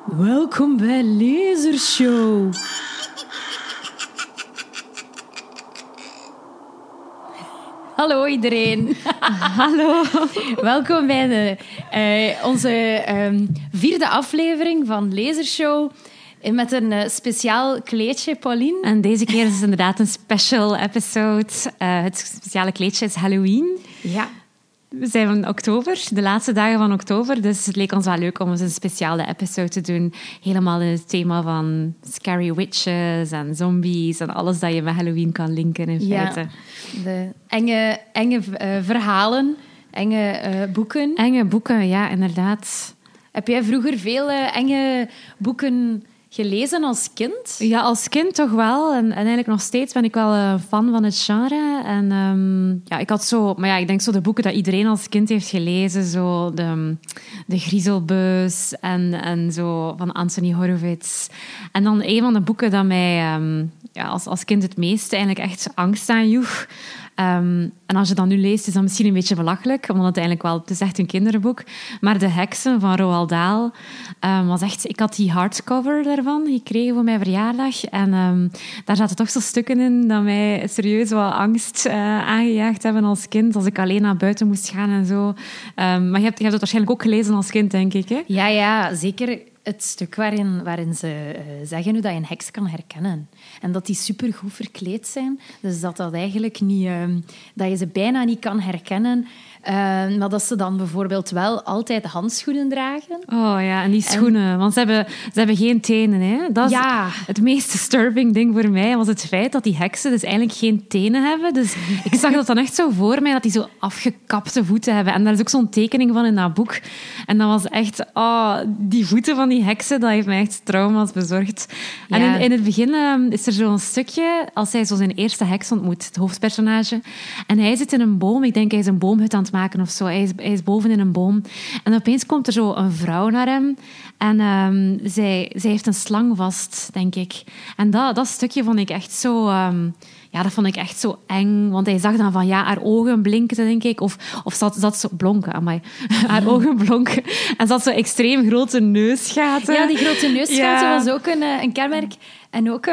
Welkom bij Lasershow. Hallo iedereen. Hallo. Welkom bij onze vierde aflevering van Lasershow. Met een speciaal kleedje, Pauline. En deze keer is het inderdaad een special episode. Het speciale kleedje is Halloween. Ja. We zijn in oktober, de laatste dagen van oktober. Dus het leek ons wel leuk om eens een speciale episode te doen. Helemaal in het thema van scary witches en zombies en alles dat je met Halloween kan linken in feite. De enge verhalen, enge boeken. Enge boeken, ja, inderdaad. Heb jij vroeger veel enge boeken gelezen als kind? Ja, als kind toch wel. En eigenlijk nog steeds ben ik wel een fan van het genre. En ja, ik had zo... Maar ja, ik denk zo de boeken dat iedereen als kind heeft gelezen. Zo de Griezelbeus en zo van Anthony Horowitz. En dan een van de boeken dat mij als kind het meeste eigenlijk echt angst aanjoeg. En als je dat nu leest, is dat misschien een beetje belachelijk, omdat het eigenlijk wel... Het is echt een kinderboek. Maar De Heksen van Roald Dahl was echt... Ik had die hardcover daarvan gekregen voor mijn verjaardag. En daar zaten toch zo stukken in dat mij serieus wat angst aangejaagd hebben als kind. Als ik alleen naar buiten moest gaan en zo. Maar je hebt het waarschijnlijk ook gelezen als kind, denk ik, hè? Ja, zeker. Het stuk waarin ze zeggen hoe dat je een heks kan herkennen. En dat die supergoed verkleed zijn. Dus dat eigenlijk niet... dat je ze bijna niet kan herkennen. Maar dat ze dan bijvoorbeeld wel altijd handschoenen dragen. Oh ja, en die schoenen. Want ze hebben geen tenen, hè? Dat is het meest disturbing ding voor mij, was het feit dat die heksen dus eigenlijk geen tenen hebben. Dus ik zag dat dan echt zo voor mij, dat die zo afgekapte voeten hebben. En daar is ook zo'n tekening van in dat boek. En dat was echt... die voeten van die heksen, dat heeft mij echt trauma's bezorgd. Ja. En in het begin is er zo'n stukje, als hij zo zijn eerste heks ontmoet, het hoofdpersonage. En hij zit in een boom. Ik denk, hij is een boomhut aan het maken of zo. Hij is boven in een boom. En opeens komt er zo een vrouw naar hem. En zij heeft een slang vast, denk ik. En dat stukje vond ik echt zo... dat vond ik echt zo eng. Want hij zag dan van, haar ogen blinkten, denk ik. Of zat zo blonken, amai. Haar ogen blonken. En ze had zo extreem grote neusgaten. Ja, die grote neusgaten was ook een kenmerk. En ook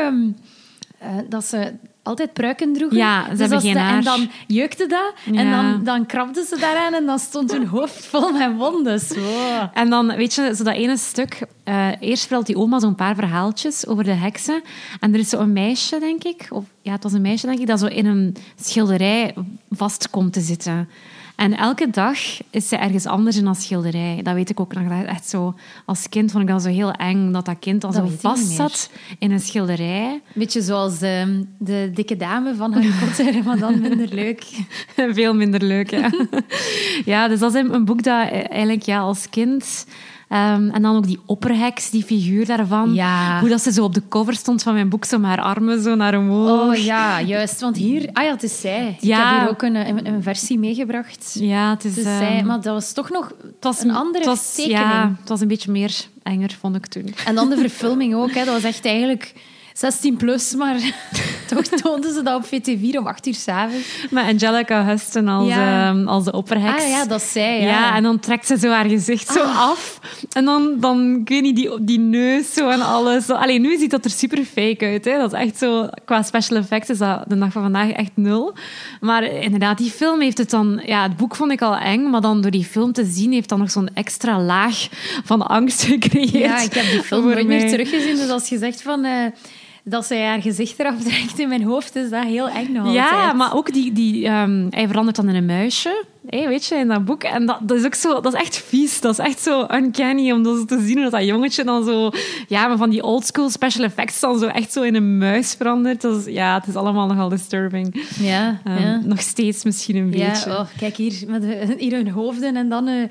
dat ze altijd pruiken droegen. Ja, ze hebben geen haar. En dan jeukte dat. Ja. En dan krabden ze daaraan en dan stond hun hoofd vol met wonden. Zo. En dan, weet je, zo dat ene stuk... eerst vertelt die oma zo'n paar verhaaltjes over de heksen. En er is zo een meisje, denk ik... het was een meisje, denk ik, dat zo in een schilderij vast komt te zitten. En elke dag is ze ergens anders in een schilderij. Dat weet ik ook nog. Echt zo, als kind vond ik dat zo heel eng, dat kind al zo vast zat in een schilderij. Beetje zoals de dikke dame van Harry Potter, maar dan minder leuk. Veel minder leuk, ja. Ja, dus dat is een boek dat eigenlijk als kind... en dan ook die opperheks, die figuur daarvan. Ja. Hoe dat ze zo op de cover stond van mijn boek, zo met haar armen zo naar omhoog. Oh ja, juist. Want hier... het is zij. Ja. Ik heb hier ook een versie meegebracht. Ja, het is zij. Maar dat was toch nog een andere tekening. Ja, het was een beetje meer enger, vond ik toen. En dan de verfilming ook. Hè. Dat was echt eigenlijk... 16 plus, maar toch toonden ze dat op VT4 om 8 uur 's avonds. Met Angelica Huston als de opperheks. Ah ja, dat is zij. Ja, en dan trekt ze zo haar gezicht zo af. En dan ik weet niet, die neus zo en alles. Allee, nu ziet dat er super fake uit. Hè. Dat is echt zo... Qua special effects is dat de dag van vandaag echt 0. Maar inderdaad, die film heeft het dan... Ja, het boek vond ik al eng, maar dan door die film te zien heeft dan nog zo'n extra laag van angst gecreëerd. Ja, ik heb die film nooit meer teruggezien. Dus als je zegt van... dat zij haar gezicht eraf trekt in mijn hoofd, is dat heel eng nog altijd. Ja, maar ook hij verandert dan in een muisje. Weet je, in dat boek. En dat is ook zo... Dat is echt vies. Dat is echt zo uncanny om dat te zien, hoe dat jongetje dan zo... Ja, maar van die oldschool special effects dan zo echt zo in een muis verandert. Dat is, het is allemaal nogal disturbing. Ja, Nog steeds misschien een beetje. Ja, kijk hier, met hier hun hoofden en dan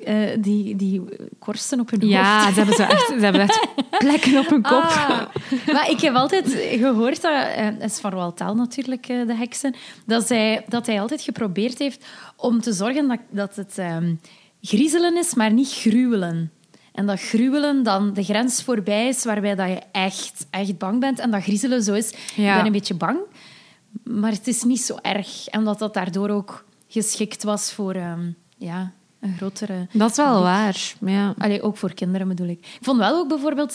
die korsten op hun hoofd. Ja, ze hebben echt plekken op hun kop. Maar ik heb altijd gehoord, dat is van Roald Dahl natuurlijk, de heksen, dat hij altijd geprobeerd heeft om te zorgen dat het griezelen is, maar niet gruwelen. En dat gruwelen dan de grens voorbij is, waarbij dat je echt bang bent. En dat griezelen zo is, ik ben een beetje bang, maar het is niet zo erg. En dat daardoor ook geschikt was voor een grotere... Dat is wel waar, ja. Allee, ook voor kinderen bedoel ik. Ik vond wel ook bijvoorbeeld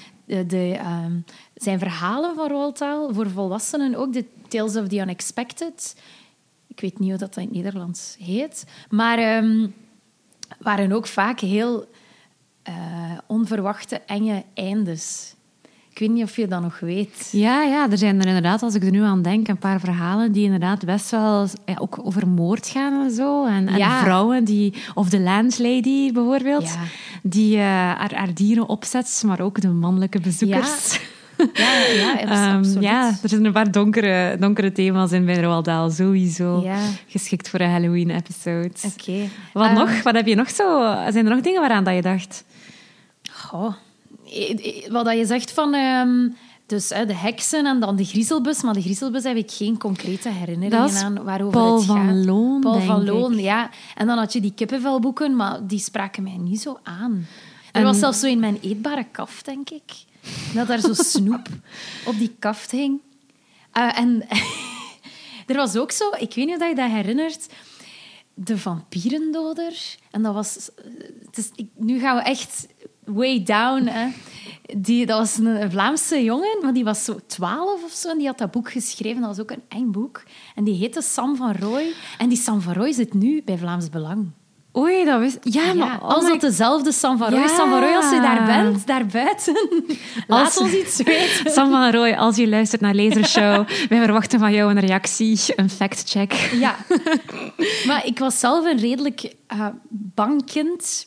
zijn verhalen van Roald Dahl, voor volwassenen ook, de Tales of the Unexpected. Ik weet niet hoe dat in het Nederlands heet. Maar waren ook vaak heel onverwachte, enge eindes. Ik weet niet of je dat nog weet. Ja, er zijn er inderdaad, als ik er nu aan denk, een paar verhalen die inderdaad best wel ook over moord gaan en zo. En vrouwen die... Of de landlady bijvoorbeeld, die haar dieren opzet, maar ook de mannelijke bezoekers. Absoluut. Er zijn een paar donkere thema's in bij Roald Dahl, sowieso. Ja. Geschikt voor een Halloween-episode. Oké. Wat nog? Wat heb je nog zo... Zijn er nog dingen waaraan dat je dacht? Goh... Wat je zegt van dus, de heksen en dan de griezelbus. Maar de griezelbus heb ik geen concrete herinneringen aan waarover Paul het gaat. van Loon, Paul van Loon, ik. ja. En dan had je die kippenvelboeken, maar die spraken mij niet zo aan. Er was zelfs zo in mijn eetbare kaft, denk ik, dat daar zo snoep op die kaft hing. En er was ook zo, ik weet niet of je dat herinnert, de vampierendoder. En dat was... nu gaan we echt... way down. Hè. Dat was een Vlaamse jongen, maar die was zo 12 of zo. En die had dat boek geschreven. Dat was ook een eng boek. En die heette Sam van Rooij. En die Sam van Rooij zit nu bij Vlaams Belang. Oei, dat wist... Ja, maar... als dat dezelfde Sam van Rooij. Ja. Sam van Rooij, als je daar bent, daar buiten, laat ons iets weten. Sam van Rooij, als je luistert naar Lasershow, wij verwachten van jou een reactie, een fact-check. Ja. Maar ik was zelf een redelijk bang kind...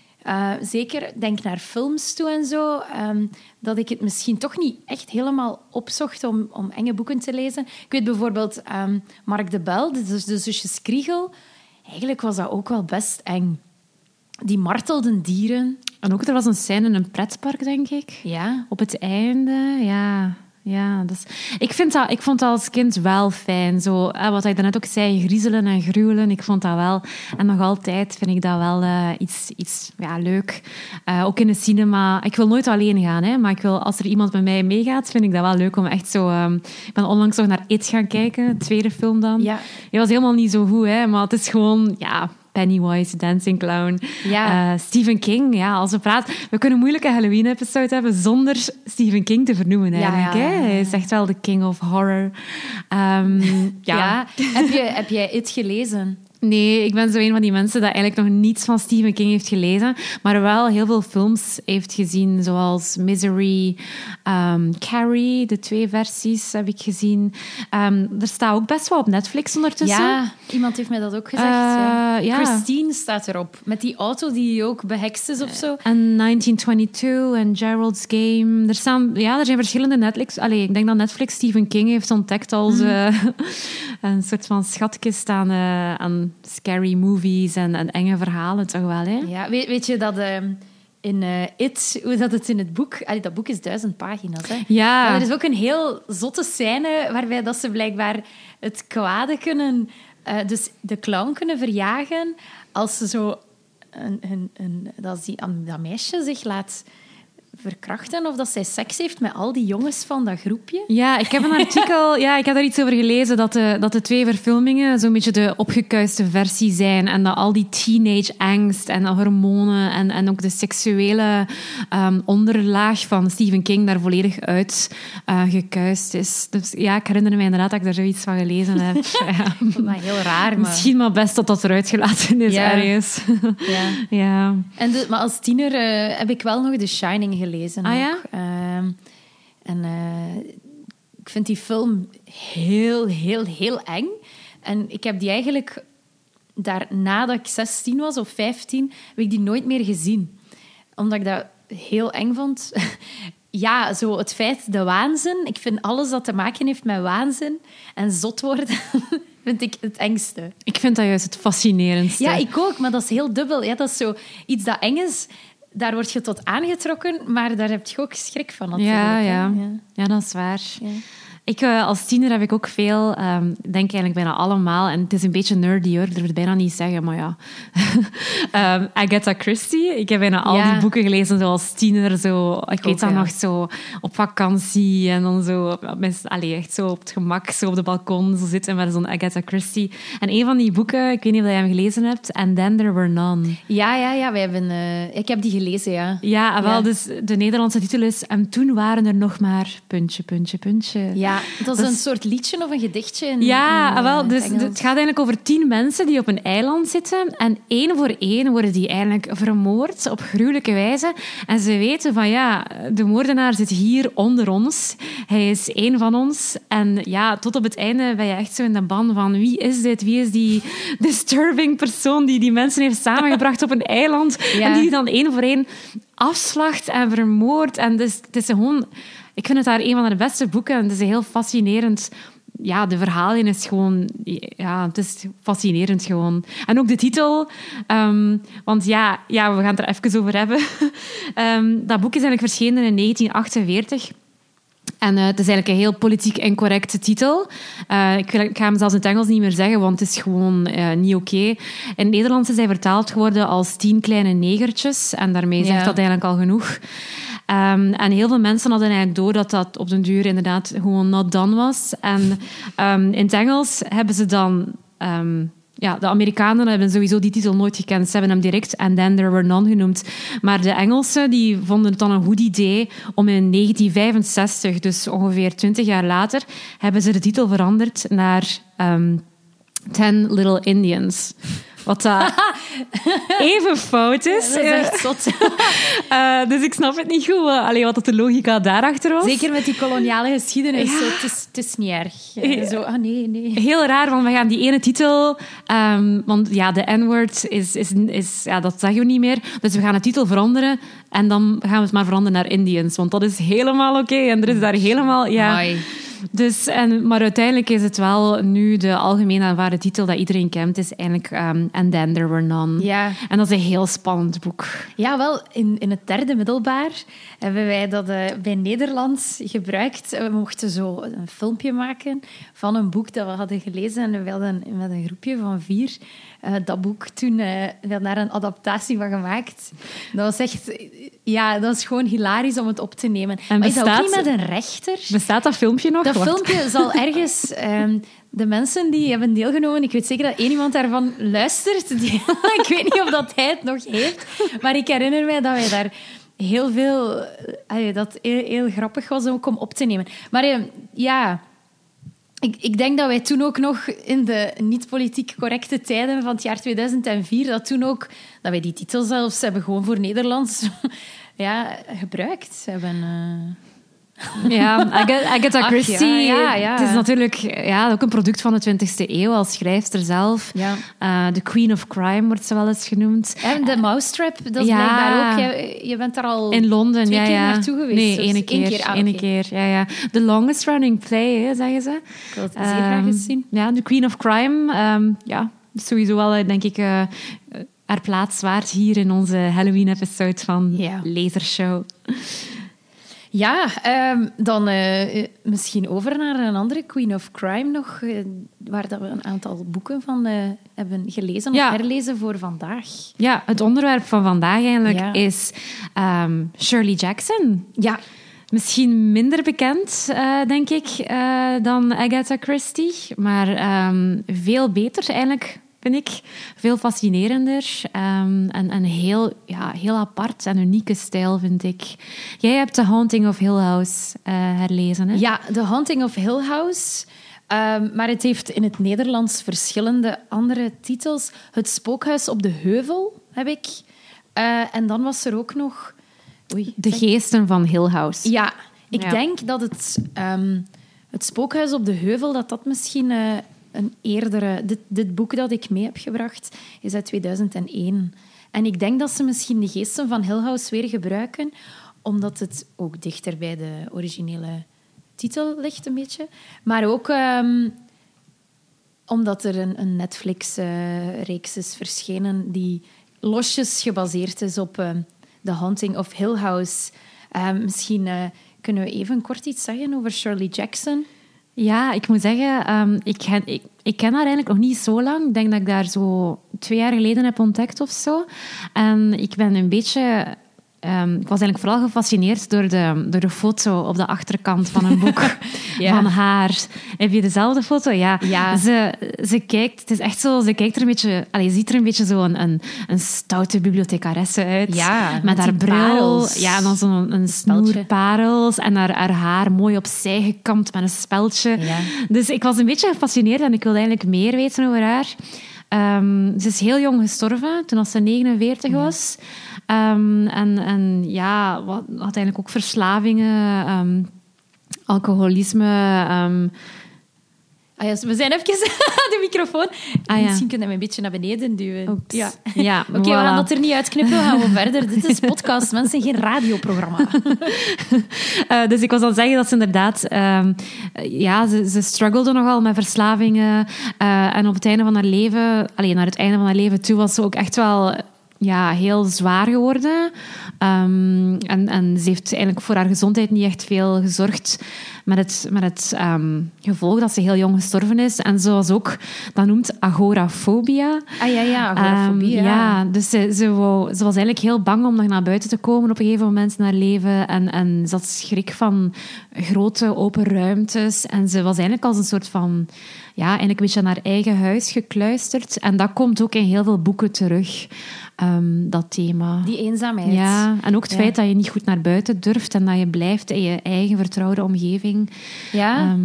zeker, denk naar films toe en zo, dat ik het misschien toch niet echt helemaal opzocht om enge boeken te lezen. Ik weet bijvoorbeeld Mark de Bel, de zusjes Kriegel. Eigenlijk was dat ook wel best eng. Die martelden dieren. En ook, er was een scène in een pretpark, denk ik. Ja. Op het einde, ja... Ja, dus ik vond dat als kind wel fijn. Zo, wat ik daarnet ook zei, griezelen en gruwelen. Ik vond dat wel. En nog altijd vind ik dat wel iets leuk. Ook in de cinema. Ik wil nooit alleen gaan, hè, maar als er iemand met mij meegaat, vind ik dat wel leuk om echt zo... ik ben onlangs nog naar It gaan kijken, de tweede film dan. Ja. Die was helemaal niet zo goed, hè, maar het is gewoon... Ja, Pennywise, Dancing Clown. Ja. Stephen King, ja, als we praten... We kunnen moeilijk een Halloween-episode hebben zonder Stephen King te vernoemen, eigenlijk. Ja. Hè? Hij is echt wel de king of horror. Heb jij It gelezen? Nee, ik ben zo een van die mensen dat eigenlijk nog niets van Stephen King heeft gelezen, maar wel heel veel films heeft gezien, zoals Misery, Carrie, de 2 versies heb ik gezien. Er staat ook best wel op Netflix ondertussen. Ja, iemand heeft mij dat ook gezegd. Ja. Christine staat erop, met die auto die ook behekst is of zo. En 1922 en Gerald's Game. Er zijn verschillende Netflix... ik denk dat Netflix Stephen King heeft ontdekt als een soort van schatkist aan scary movies en enge verhalen, toch wel, hè? Ja, weet je dat in It, hoe dat het in het boek... dat boek is 1000 pagina's, hè? Ja. Maar er is ook een heel zotte scène waarbij dat ze blijkbaar het kwade kunnen... dus de clown kunnen verjagen als ze zo... dat meisje zich laat verkrachten of dat zij seks heeft met al die jongens van dat groepje. Ja, ik heb een artikel... ik heb daar iets over gelezen, dat de 2 verfilmingen zo'n beetje de opgekuiste versie zijn en dat al die teenage angst en hormonen en ook de seksuele onderlaag van Stephen King daar volledig uit gekuist is. Dus ja, ik herinner me inderdaad dat ik daar zoiets van gelezen heb. Maar heel raar. Maar... Misschien maar best dat eruit gelaten is ergens. Ja. Maar als tiener heb ik wel nog The Shining gelezen. Ja? Ik vind die film heel, heel, heel eng. En ik heb die eigenlijk... nadat ik 16 was of 15, heb ik die nooit meer gezien. Omdat ik dat heel eng vond. Ja, zo het feit, de waanzin. Ik vind alles dat te maken heeft met waanzin en zot worden... vind ik het engste. Ik vind dat juist het fascinerendste. Ja, ik ook, maar dat is heel dubbel. Ja, dat is zo iets dat eng is... Daar word je tot aangetrokken, maar daar heb je ook schrik van natuurlijk. Ja, dat is waar. Als tiener heb ik ook veel, denk eigenlijk bijna allemaal, en het is een beetje nerdy hoor, ik durf het bijna niet zeggen, maar ja. Agatha Christie. Ik heb bijna al die boeken gelezen zoals tiener. Zo, ik weet dat nog, zo op vakantie en dan zo, echt zo op het gemak, zo op de balkon zo zitten met zo'n Agatha Christie. En een van die boeken, ik weet niet of je hem gelezen hebt, And Then There Were None. Ja, ik heb die gelezen, ja. Ja, wel, dus de Nederlandse titel is En toen waren er nog maar... puntje, puntje, puntje. Ja, dat is een soort liedje of een gedichtje. Dus het gaat eigenlijk over 10 mensen die op een eiland zitten en 1 voor 1 worden die eigenlijk vermoord op gruwelijke wijze. En ze weten van de moordenaar zit hier onder ons. Hij is 1 van ons. En ja, tot op het einde ben je echt zo in de ban van wie is dit? Wie is die disturbing persoon die mensen heeft samengebracht op een eiland en die dan 1 voor 1 afslacht en vermoordt. En dus, het is gewoon... Ik vind het daar een van de beste boeken. Het is heel fascinerend. Ja, de verhaallijn is gewoon... Ja, het is fascinerend gewoon. En ook de titel. Want we gaan het er even over hebben. Dat boek is eigenlijk verschenen in 1948. En het is eigenlijk een heel politiek incorrecte titel. Ik ga hem zelfs in het Engels niet meer zeggen, want het is gewoon niet oké. In het Nederlands is hij vertaald geworden als 10 kleine negertjes. En daarmee zegt dat eigenlijk al genoeg. En heel veel mensen hadden eigenlijk door dat op den duur inderdaad gewoon not done was. En in het Engels hebben ze dan... de Amerikanen hebben sowieso die titel nooit gekend. Ze hebben hem direct And Then There Were None genoemd. Maar de Engelsen die vonden het dan een goed idee om in 1965, dus ongeveer 20 jaar later, hebben ze de titel veranderd naar 10 Little Indians. Wat even fout is. Ja, dat is echt zot. Dus ik snap het niet goed. Wat de logica daarachter was. Zeker met die koloniale geschiedenis. Ja. Het is niet erg. Nee. Heel raar, want we gaan die ene titel... want de N-word dat zeggen we niet meer. Dus we gaan de titel veranderen. En dan gaan we het maar veranderen naar Indians. Want dat is helemaal oké. En er is daar helemaal... Dus, maar uiteindelijk is het wel nu de algemeen aanvaarde titel dat iedereen kent, is eigenlijk And Then There Were None. Ja. En dat is een heel spannend boek. Ja, wel, in het 3e middelbaar hebben wij dat bij Nederlands gebruikt. We mochten zo een filmpje maken van een boek dat we hadden gelezen. En we hadden met een groepje van 4 dat boek toen daar een adaptatie van gemaakt. Dat was echt... Ja, dat is gewoon hilarisch om het op te nemen. En maar is dat ook niet met een rechter? Bestaat dat filmpje nog? Dat filmpje zal ergens... de mensen die hebben deelgenomen... Ik weet zeker dat één iemand daarvan luistert. Ik weet niet of dat hij het nog heeft. Maar ik herinner mij dat wij daar heel veel... dat heel grappig was ook om op te nemen. Maar ik denk dat wij toen ook nog in de niet-politiek correcte tijden van het jaar 2004, dat wij die titel zelfs hebben gewoon voor Nederlands gebruikt hebben. Ja, Agatha Christie. Het is natuurlijk ook een product van de 20e eeuw als schrijfster zelf. Ja. The Queen of Crime wordt ze wel eens genoemd. En de Mousetrap, dat is blijkbaar ook... Je bent daar al in Londen, 2 keer naartoe geweest. Nee, één keer. Ja. The longest running play, zeggen ze. Ik wil het zeer graag eens zien. Ja, The Queen of Crime. Sowieso wel, denk ik... haar plaats waard hier in onze Halloween-episode van Lasershow. Ja, dan misschien over naar een andere Queen of Crime nog, waar dat we een aantal boeken van hebben gelezen of herlezen voor vandaag. Ja, het onderwerp van vandaag eigenlijk is Shirley Jackson. Ja. Misschien minder bekend, denk ik, dan Agatha Christie, maar veel beter eigenlijk, vind ik. Veel fascinerender en heel apart en unieke stijl, vind ik. Jij hebt The Haunting of Hill House herlezen, hè? Ja, The Haunting of Hill House. Maar het heeft in het Nederlands verschillende andere titels. Het Spookhuis op de Heuvel heb ik. En dan was er ook nog... De Geesten van Hill House. Ja, ik denk dat het Spookhuis op de Heuvel, dat misschien... een eerdere... Dit boek dat ik mee heb gebracht is uit 2001. En ik denk dat ze misschien de Geesten van Hill House weer gebruiken, omdat het ook dichter bij de originele titel ligt, een beetje. Maar ook omdat er een Netflix-reeks is verschenen die losjes gebaseerd is op The Haunting of Hill House. Misschien kunnen we even kort iets zeggen over Shirley Jackson. Ja, ik moet zeggen, ik ken haar eigenlijk nog niet zo lang. Ik denk dat ik daar zo 2 jaar geleden heb ontdekt of zo. En ik ben een beetje... ik was eigenlijk vooral gefascineerd door de foto op de achterkant van een boek van haar. Heb je dezelfde foto? Ja. Ze kijkt, het is echt zo, ze kijkt er een beetje, ziet er een beetje zo een stoute bibliothecaresse uit. Ja, met haar bril. Parels. Ja, en dan zo'n snoer parels. En haar haar mooi opzij gekamd met een speldje. Ja. Dus ik was een beetje gefascineerd en ik wilde eigenlijk meer weten over haar. Ze is heel jong gestorven, toen ze 49 was. En had eigenlijk ook verslavingen, alcoholisme. We zijn even de microfoon. Misschien kunnen we een beetje naar beneden duwen. Ja, Oké, we gaan dat er niet uitknippen, we gaan we verder. Dit is podcast, mensen, geen radioprogramma. Dus ik was aan het zeggen dat ze inderdaad... ze struggelde nogal met verslavingen. En op het einde van haar leven... naar het einde van haar leven toe was ze ook echt wel... heel zwaar geworden. En ze heeft eigenlijk voor haar gezondheid niet echt veel gezorgd met het gevolg dat ze heel jong gestorven is. En ze was ook, dat noemt agorafobia. Agorafobie. Dus ze was eigenlijk heel bang om nog naar buiten te komen op een gegeven moment in haar leven. En ze had schrik van grote open ruimtes. En ze was eigenlijk als een soort van... eigenlijk een beetje aan haar eigen huis gekluisterd. En dat komt ook in heel veel boeken terug, dat thema. Die eenzaamheid. Ja, en ook het feit dat je niet goed naar buiten durft en dat je blijft in je eigen vertrouwde omgeving. Ja.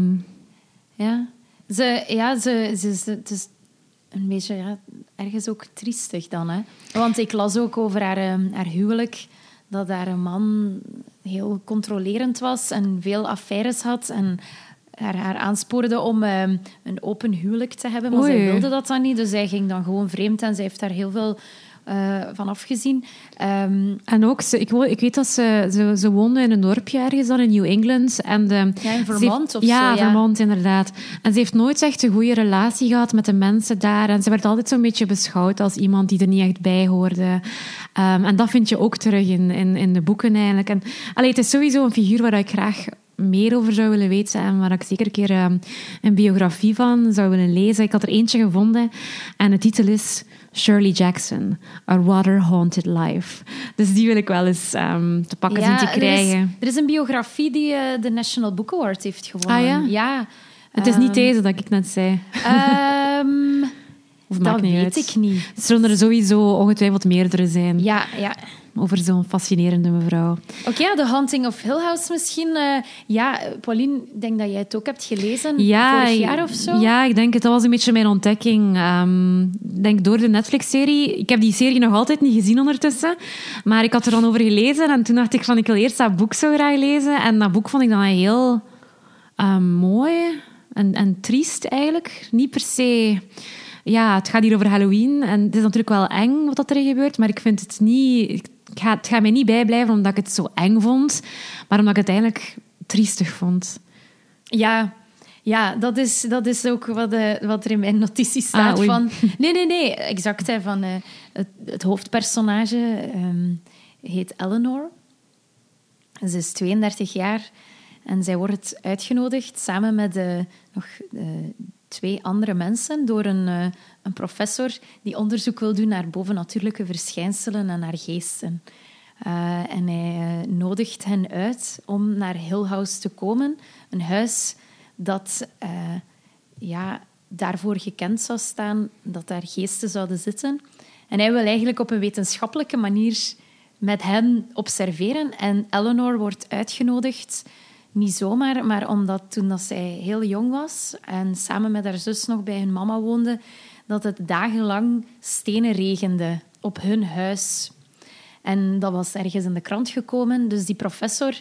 Het is een beetje ergens ook triestig dan. Hè? Want ik las ook over haar huwelijk, dat haar man heel controlerend was en veel affaires had en... haar aanspoorde om een open huwelijk te hebben, maar zij wilde dat dan niet. Dus zij ging dan gewoon vreemd en zij heeft daar heel veel van afgezien. En ook, ik weet dat ze woonde in een dorpje ergens dan in New England. En in Vermont of zo. Ja, Vermont, inderdaad. En ze heeft nooit echt een goede relatie gehad met de mensen daar. En ze werd altijd zo'n beetje beschouwd als iemand die er niet echt bij hoorde. En dat vind je ook terug in de boeken eigenlijk. En, het is sowieso een figuur waar ik graag... meer over zou willen weten en waar ik zeker een keer een biografie van zou willen lezen. Ik had er eentje gevonden en de titel is Shirley Jackson, A Water-Haunted Life. Dus die wil ik wel eens te pakken zien te krijgen. Er is een biografie die de National Book Award heeft gewonnen. Ja? Het is niet deze dat ik net zei. Dat weet ik niet. Er zullen er sowieso ongetwijfeld meerdere zijn. Ja. Over zo'n fascinerende mevrouw. Oké, The Haunting of Hill House misschien. Pauline, ik denk dat jij het ook hebt gelezen vorig jaar of zo. Ja, ik denk het. Dat was een beetje mijn ontdekking. Ik denk door de Netflix-serie. Ik heb die serie nog altijd niet gezien ondertussen. Maar ik had er dan over gelezen. En toen dacht ik van, ik wil eerst dat boek zo graag lezen. En dat boek vond ik dan heel mooi. En triest eigenlijk. Niet per se... Ja, het gaat hier over Halloween. En het is natuurlijk wel eng wat er gebeurt. Maar ik vind het niet... Het gaat mij niet bijblijven omdat ik het zo eng vond. Maar omdat ik het eigenlijk triestig vond. Ja, dat is ook wat er in mijn notities staat. Van, nee, exact. Hè, van, het hoofdpersonage heet Eleanor. Ze is 32 jaar. En zij wordt uitgenodigd samen met nog 2 andere mensen door een professor die onderzoek wil doen naar bovennatuurlijke verschijnselen en naar geesten. En hij nodigt hen uit om naar Hill House te komen. Een huis dat daarvoor gekend zou staan, dat daar geesten zouden zitten. En hij wil eigenlijk op een wetenschappelijke manier met hen observeren. En Eleanor wordt uitgenodigd... Niet zomaar, maar omdat toen dat zij heel jong was en samen met haar zus nog bij hun mama woonde, dat het dagenlang stenen regende op hun huis. En dat was ergens in de krant gekomen. Dus die professor,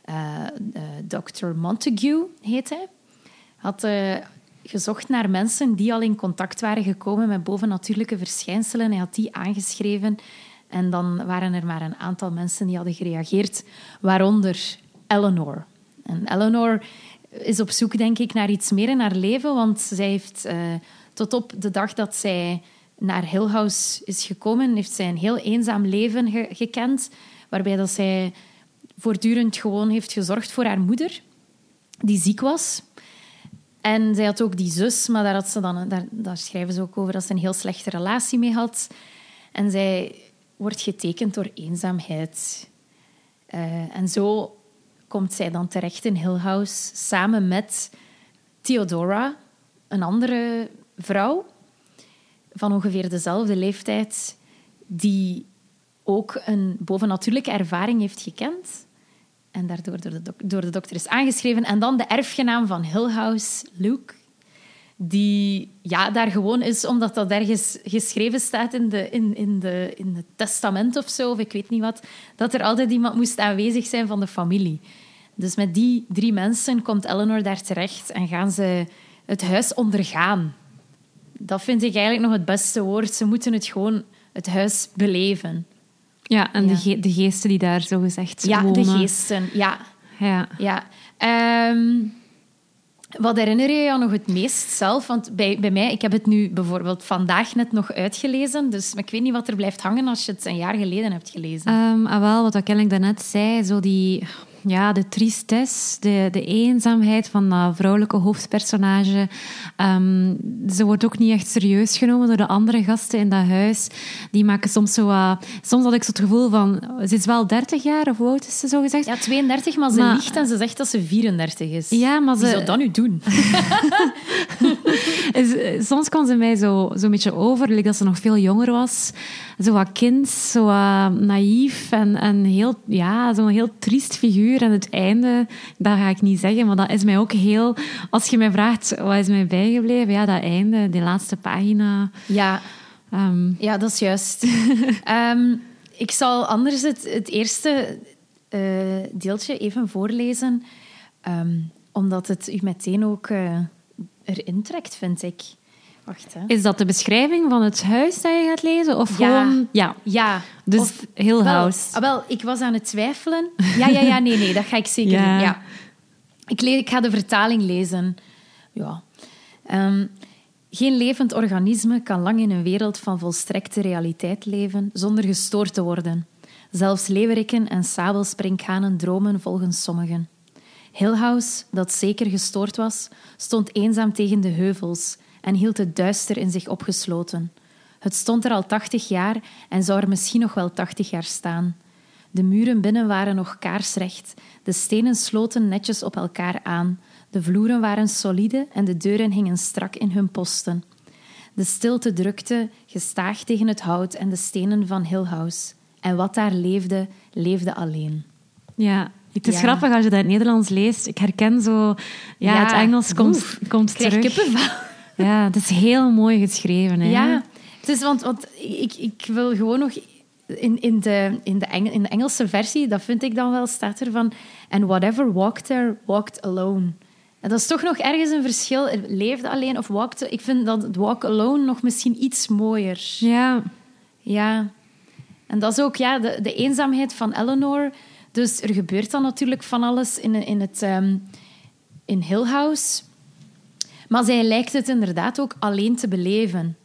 Dr. Montague heet hij, had gezocht naar mensen die al in contact waren gekomen met bovennatuurlijke verschijnselen. Hij had die aangeschreven. En dan waren er maar een aantal mensen die hadden gereageerd, waaronder Eleanor. En Eleanor is op zoek, denk ik, naar iets meer in haar leven, want zij heeft tot op de dag dat zij naar Hill House is gekomen, heeft zij een heel eenzaam leven gekend, waarbij dat zij voortdurend gewoon heeft gezorgd voor haar moeder, die ziek was. En zij had ook die zus, maar daar schrijven ze ook over dat ze een heel slechte relatie mee had. En zij wordt getekend door eenzaamheid. En zo komt zij dan terecht in Hill House, samen met Theodora, een andere vrouw van ongeveer dezelfde leeftijd, die ook een bovennatuurlijke ervaring heeft gekend en daardoor door de dokter is aangeschreven. En dan de erfgenaam van Hill House, Luke, die daar gewoon is omdat dat ergens geschreven staat in het testament of zo, of ik weet niet wat, dat er altijd iemand moest aanwezig zijn van de familie. Dus met die 3 mensen komt Eleanor daar terecht en gaan ze het huis ondergaan. Dat vind ik eigenlijk nog het beste woord. Ze moeten het huis beleven. Ja, en de geesten die daar zogezegd wonen. Ja, de geesten, ja. Wat herinner je je nog het meest zelf? Want bij mij, ik heb het nu bijvoorbeeld vandaag net nog uitgelezen, dus ik weet niet wat er blijft hangen als je het een jaar geleden hebt gelezen. Wel, wat ik daarnet zei, zo de tristesse, de eenzaamheid van dat vrouwelijke hoofdpersonage. Ze wordt ook niet echt serieus genomen door de andere gasten in dat huis. Die maken soms zo... soms had ik zo het gevoel van... Ze is wel 30 jaar, of hoe oud is ze zo gezegd? Ja, 32, maar ze liegt en ze zegt dat ze 34 is. Ja, maar Wie zou dat nu doen? Soms kwam ze mij zo een beetje over, dat ze nog veel jonger was. Zo wat kind, zo naïef en heel, zo'n heel triest figuur. En het einde, dat ga ik niet zeggen, maar dat is mij ook heel... Als je mij vraagt, wat is mij bijgebleven? Ja, dat einde, die laatste pagina. Ja, ja, dat is juist. Ik zal anders het eerste deeltje even voorlezen, omdat het u meteen ook erin trekt, vind ik. Wacht, hè. Is dat de beschrijving van het huis dat je gaat lezen? Of gewoon... Ja. Dus of, Hill House. Wel, ik was aan het twijfelen. Nee, dat ga ik zeker doen. Ja. Ik ga de vertaling lezen. Ja. Geen levend organisme kan lang in een wereld van volstrekte realiteit leven zonder gestoord te worden. Zelfs leeuweriken en sabelsprinkhanen dromen volgens sommigen. Hill House, dat zeker gestoord was, stond eenzaam tegen de heuvels en hield het duister in zich opgesloten. Het stond er al 80 jaar en zou er misschien nog wel 80 jaar staan. De muren binnen waren nog kaarsrecht, de stenen sloten netjes op elkaar aan, de vloeren waren solide en de deuren hingen strak in hun posten. De stilte drukte gestaag tegen het hout en de stenen van Hill House. En wat daar leefde, leefde alleen. Ja, het is grappig als je dat in het Nederlands leest. Ik herken zo... het Engels komt terug. Ik krijg kippenvel. Ja, het is heel mooi geschreven. Hè? Ja, het is, want ik wil gewoon nog... In de Engelse versie, dat vind ik dan wel, staat er van... And whatever walked there, walked alone. En dat is toch nog ergens een verschil. Leefde alleen of walked... Ik vind dat het walk alone nog misschien iets mooier. Ja. Ja. En dat is ook de eenzaamheid van Eleanor. Dus er gebeurt dan natuurlijk van alles in Hill House. Maar zij lijkt het inderdaad ook alleen te beleven.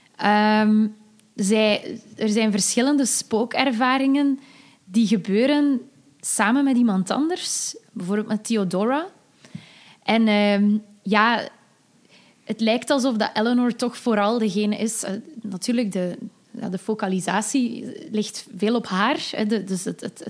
Er zijn verschillende spookervaringen die gebeuren samen met iemand anders. Bijvoorbeeld met Theodora. En het lijkt alsof dat Eleanor toch vooral degene is... natuurlijk, de focalisatie ligt veel op haar. Dus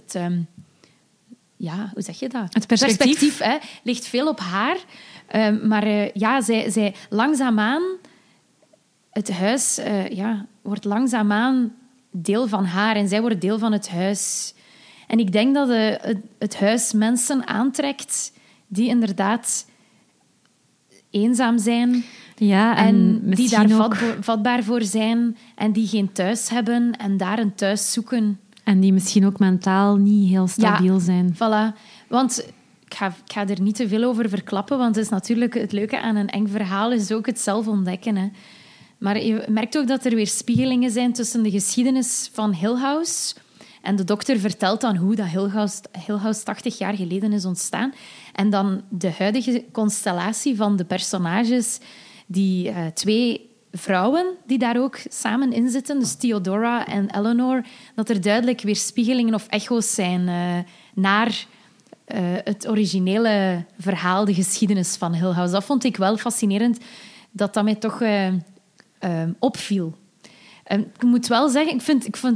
hoe zeg je dat? Het perspectief ligt veel op haar. Maar zij langzaamaan... Het huis wordt langzaamaan deel van haar en zij wordt deel van het huis. En ik denk dat het huis mensen aantrekt die inderdaad eenzaam zijn. Ja, en die daar ook... vatbaar voor zijn en die geen thuis hebben en daar een thuis zoeken. En die misschien ook mentaal niet heel stabiel zijn. Voilà. Want ik ga er niet te veel over verklappen, want het is natuurlijk het leuke aan een eng verhaal is ook het zelf ontdekken. Hè. Maar je merkt ook dat er weer spiegelingen zijn tussen de geschiedenis van Hill House. En de dokter vertelt dan hoe dat Hill House 80 jaar geleden is ontstaan. En dan de huidige constellatie van de personages, die 2 vrouwen die daar ook samen in zitten, dus Theodora en Eleanor, dat er duidelijk weer spiegelingen of echo's zijn naar het originele verhaal, de geschiedenis van Hill House. Dat vond ik wel fascinerend, dat mij toch opviel. Ik moet wel zeggen, ik vind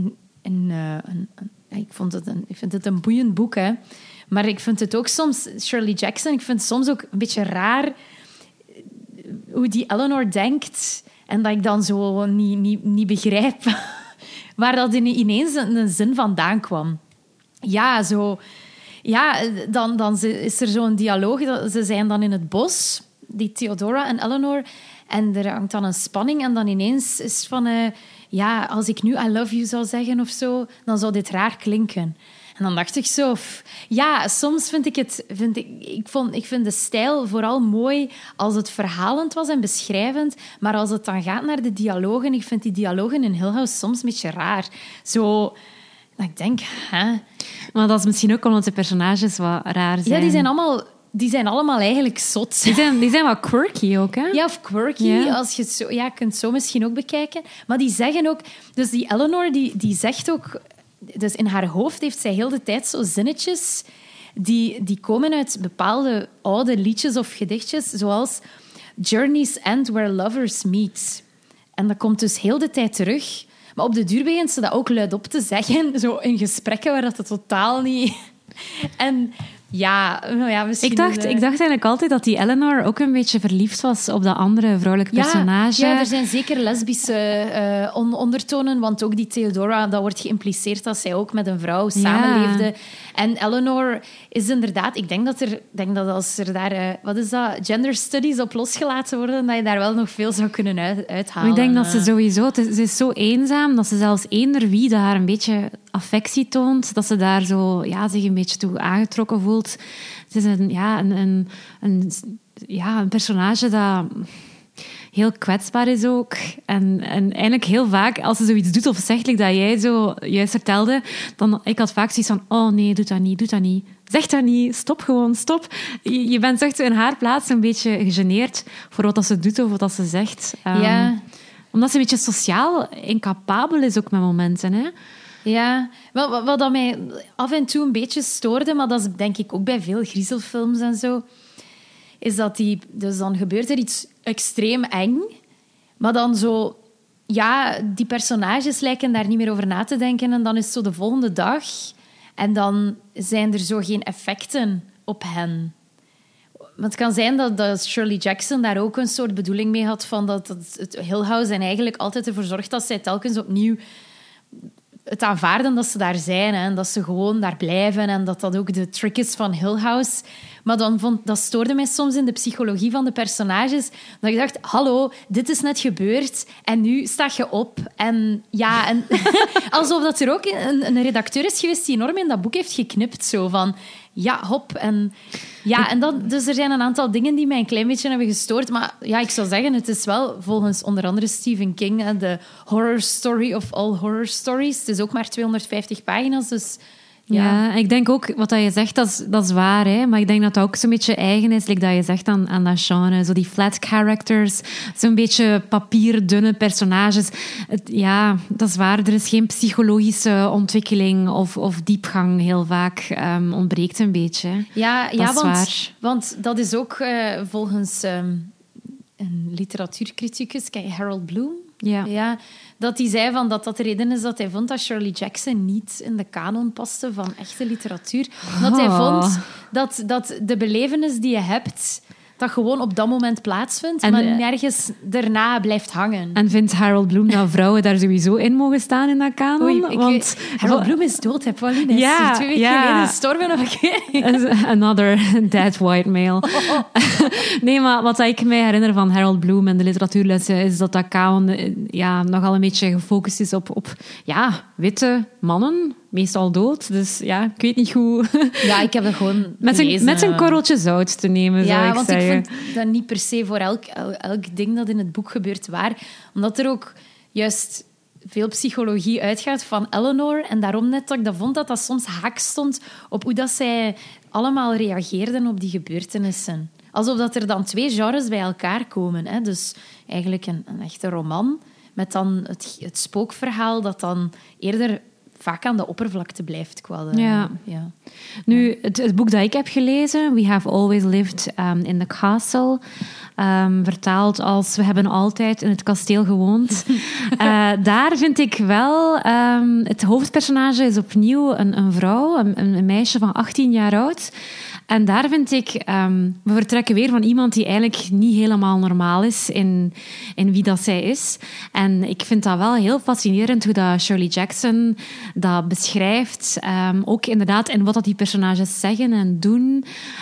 het een boeiend boek, hè. Maar ik vind het ook soms, Shirley Jackson, ik vind het soms ook een beetje raar hoe die Eleanor denkt en dat ik dan zo niet begrijp waar dat ineens een zin vandaan kwam. Ja, zo... Ja, dan is er zo'n dialoog. Ze zijn dan in het bos, die Theodora en Eleanor, en er hangt dan een spanning en dan ineens is het van... als ik nu I love you zou zeggen of zo, dan zou dit raar klinken. En dan dacht ik zo... soms vind ik het... Ik vind de stijl vooral mooi als het verhalend was en beschrijvend, maar als het dan gaat naar de dialogen, ik vind die dialogen in Hill House soms een beetje raar. Zo... Dat ik denk... Maar dat is misschien ook omdat de personages wat raar zijn. Ja, die zijn allemaal eigenlijk zot. Die zijn wat quirky ook, hè? Ja, of quirky. Ja. Als je het zo, je kunt het zo misschien ook bekijken. Maar die zeggen ook... Dus die Eleanor, die zegt ook... Dus in haar hoofd heeft zij heel de tijd zo zinnetjes die komen uit bepaalde oude liedjes of gedichtjes, zoals Journeys End Where Lovers Meet. En dat komt dus heel de tijd terug. Maar op de duur begint ze dat ook luidop te zeggen, zo in gesprekken waar dat totaal niet... En misschien... Ik dacht eigenlijk altijd dat die Eleanor ook een beetje verliefd was op dat andere vrouwelijke personage. Ja, er zijn zeker lesbische ondertonen, want ook die Theodora, dat wordt geïmpliceerd dat zij ook met een vrouw samenleefde. En Eleanor is inderdaad... Ik denk dat als er daar... Gender studies op losgelaten worden, dat je daar wel nog veel zou kunnen uithalen. Maar ik denk dat ze sowieso... Ze is zo eenzaam dat ze zelfs eender wie dat haar een beetje affectie toont, dat ze daar zo zich een beetje toe aangetrokken voelt. Het is een personage dat heel kwetsbaar is ook. En eigenlijk heel vaak, als ze zoiets doet of zegt, like dat jij zo juist vertelde, dan ik had vaak zoiets van, oh nee, doe dat niet. Zeg dat niet, stop gewoon, stop. Je bent echt in haar plaats een beetje gegeneerd voor wat ze doet of wat ze zegt. Omdat ze een beetje sociaal incapabel is ook met momenten, hè. Ja, wat dat mij af en toe een beetje stoorde, maar dat is denk ik ook bij veel griezelfilms en zo, is dat dus dan gebeurt er iets extreem eng, maar dan zo... Ja, die personages lijken daar niet meer over na te denken en dan is het zo de volgende dag en dan zijn er zo geen effecten op hen. Want het kan zijn dat Shirley Jackson daar ook een soort bedoeling mee had van dat het Hill House en eigenlijk altijd ervoor zorgt dat zij telkens opnieuw het aanvaarden dat ze daar zijn en dat ze gewoon daar blijven en dat ook de trick is van Hill House. Maar dat stoorde mij soms in de psychologie van de personages. Dat ik dacht, hallo, dit is net gebeurd en nu sta je op. En alsof dat er ook een redacteur is geweest die enorm in dat boek heeft geknipt. Zo van, ja, hop. Dus er zijn een aantal dingen die mij een klein beetje hebben gestoord. Maar ja, ik zou zeggen, het is wel volgens onder andere Stephen King de horror story of all horror stories. Het is ook maar 250 pagina's, dus... Ja, ik denk ook, wat je zegt, dat is waar. Hè? Maar ik denk dat dat ook zo'n beetje eigen is, like dat je zegt aan dat genre. Zo die flat characters, zo'n beetje papierdunne personages. Dat is waar. Er is geen psychologische ontwikkeling of diepgang heel vaak. Ontbreekt een beetje. Want dat is ook volgens een literatuurcriticus, kijk, Harold Bloom. Ja, dat hij zei dat de reden is dat hij vond dat Shirley Jackson niet in de kanon paste van echte literatuur. Dat hij vond dat de belevenis die je hebt, dat gewoon op dat moment plaatsvindt, maar nergens daarna blijft hangen. En vindt Harold Bloom dat vrouwen daar sowieso in mogen staan in dat kanon? Harold Bloom is dood, hè, Pauline. Hij is 2 weken geleden gestorven, of ik weet niet. Another dead white male. Nee, maar wat ik mij herinner van Harold Bloom en de literatuurlessen is dat kanon nogal een beetje gefocust is op witte mannen, meestal dood. Dus ik weet niet hoe... Ja, ik heb het gewoon met een korreltje zout te nemen, zou ik zeggen. Ik vind dat niet per se voor elk ding dat in het boek gebeurt waar. Omdat er ook juist veel psychologie uitgaat van Eleanor. En daarom net dat ik dat vond dat soms haak stond op hoe dat zij allemaal reageerden op die gebeurtenissen. Alsof dat er dan 2 genres bij elkaar komen. Hè? Dus eigenlijk een echte roman met dan het spookverhaal dat dan eerder vaak aan de oppervlakte blijft. Ja. Nu, het boek dat ik heb gelezen, We Have Always Lived in the Castle, vertaald als We hebben altijd in het kasteel gewoond. Daar vind ik wel... het hoofdpersonage is opnieuw een vrouw, een meisje van 18 jaar oud. En daar vind ik... we vertrekken weer van iemand die eigenlijk niet helemaal normaal is in wie dat zij is. En ik vind dat wel heel fascinerend hoe dat Shirley Jackson dat beschrijft. Ook inderdaad in wat dat die personages zeggen en doen.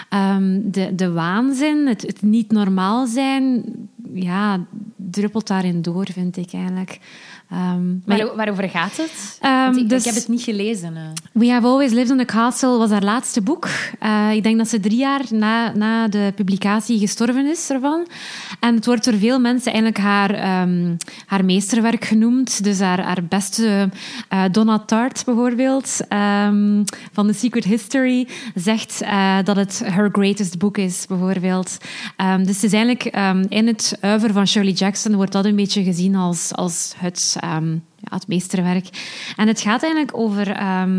De waanzin, het niet normaal zijn, ja, druppelt daarin door, vind ik eigenlijk. Waarover gaat het? Dus, ik heb het niet gelezen. We Have Always Lived in the Castle was haar laatste boek. Ik denk dat ze 3 jaar na de publicatie gestorven is ervan. En het wordt door veel mensen eigenlijk haar meesterwerk genoemd. Dus haar beste... Donna Tartt bijvoorbeeld, van The Secret History, zegt dat het her greatest book is, bijvoorbeeld. Dus het is eigenlijk in het oeuvre van Shirley Jackson wordt dat een beetje gezien als het meesterwerk. En het gaat eigenlijk over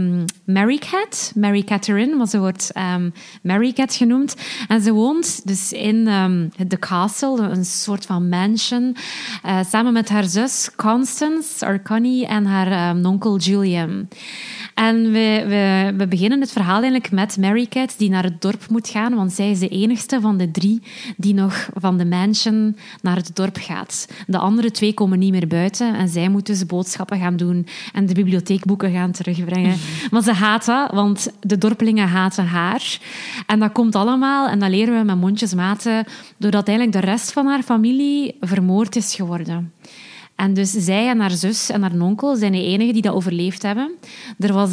Mary Catherine, maar ze wordt Mary Cat genoemd. En ze woont dus in The Castle, een soort van mansion, samen met haar zus Constance, or Connie, en haar nonkel Julian. En we beginnen het verhaal eigenlijk met Mary Cat, die naar het dorp moet gaan, want zij is de enigste van de 3 die nog van de mansion naar het dorp gaat. De andere 2 komen niet meer buiten en zij moet dus boodschappen gaan doen en de bibliotheekboeken gaan terugbrengen. Maar ze haat dat, want de dorpelingen haten haar. En dat komt allemaal, en dat leren we met mondjesmaat, doordat eigenlijk de rest van haar familie vermoord is geworden. En dus zij en haar zus en haar onkel zijn de enigen die dat overleefd hebben. Er was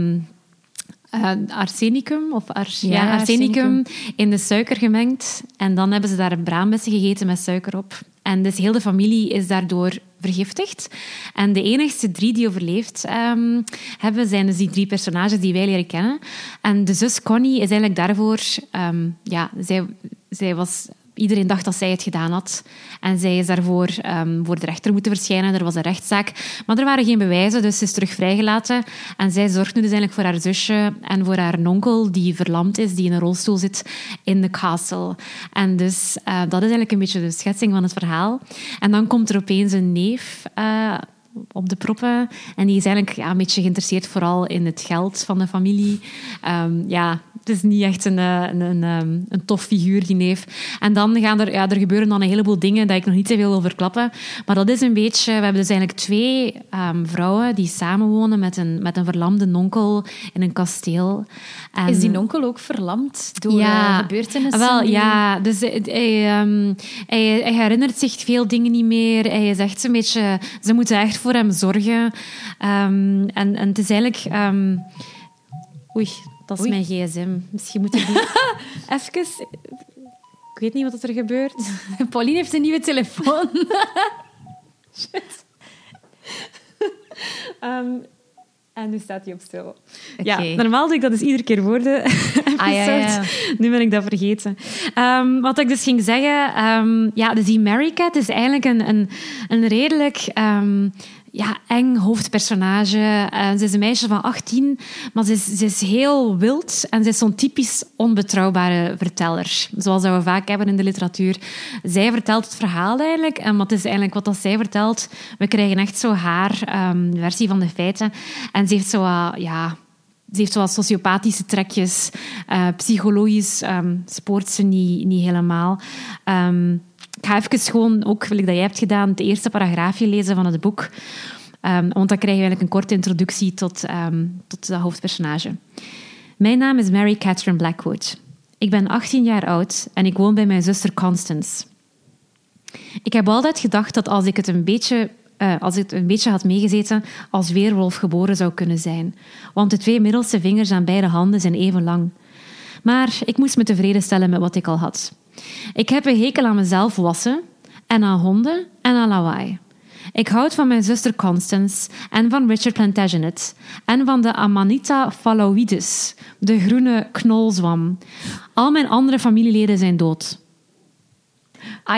arsenicum in de suiker gemengd. En dan hebben ze daar braambessen gegeten met suiker op. En dus heel de familie is daardoor vergiftigd. En de enigste 3 die overleefd hebben, zijn dus die 3 personages die wij leren kennen. En de zus Connie is eigenlijk daarvoor... zij was... Iedereen dacht dat zij het gedaan had. En zij is daarvoor voor de rechter moeten verschijnen. Er was een rechtszaak. Maar er waren geen bewijzen, dus ze is terug vrijgelaten. En zij zorgt nu dus eigenlijk voor haar zusje en voor haar onkel, die verlamd is, die in een rolstoel zit in de castle. En dus dat is eigenlijk een beetje de schetsing van het verhaal. En dan komt er opeens een neef op de proppen. En die is eigenlijk een beetje geïnteresseerd vooral in het geld van de familie. Het is niet echt een tof figuur, die neef. En dan er gebeuren dan een heleboel dingen dat ik nog niet te veel wil verklappen. Maar dat is een beetje... We hebben dus eigenlijk 2 vrouwen die samenwonen met een verlamde onkel in een kasteel. En is die onkel ook verlamd door gebeurtenissen? Wel, ja. Dus hij herinnert zich veel dingen niet meer. Hij is echt een beetje... Ze moeten echt voor hem zorgen. En het is eigenlijk... Oei, dat is mijn gsm. Misschien moet ik die... Even... Ik weet niet wat er gebeurt. Pauline heeft een nieuwe telefoon. Shit. En nu staat hij op stil. Okay. Ja, normaal doe ik dat dus iedere keer voor de episode. Nu ben ik dat vergeten. Wat ik dus ging zeggen... dus die Mary Cat is eigenlijk een redelijk... eng hoofdpersonage. Ze is een meisje van 18, maar ze is heel wild en ze is zo'n typisch onbetrouwbare verteller. Zoals dat we vaak hebben in de literatuur. Zij vertelt het verhaal eigenlijk, en wat is eigenlijk wat dat zij vertelt? We krijgen echt zo haar versie van de feiten. En ze heeft ze heeft wel sociopathische trekjes. Psychologisch spoort ze niet helemaal. Ik ga even gewoon, ook gelijk dat jij hebt gedaan, het eerste paragraafje lezen van het boek. Want dan krijg je eigenlijk een korte introductie tot dat hoofdpersonage. Mijn naam is Mary Catherine Blackwood. Ik ben 18 jaar oud en ik woon bij mijn zuster Constance. Ik heb altijd gedacht dat als ik het een beetje had meegezeten, als weerwolf geboren zou kunnen zijn. Want de 2 middelste vingers aan beide handen zijn even lang. Maar ik moest me tevreden stellen met wat ik al had. Ik heb een hekel aan mezelf wassen en aan honden en aan lawaai. Ik houd van mijn zuster Constance en van Richard Plantagenet en van de Amanita phalloides, de groene knolzwam. Al mijn andere familieleden zijn dood. Ah ja,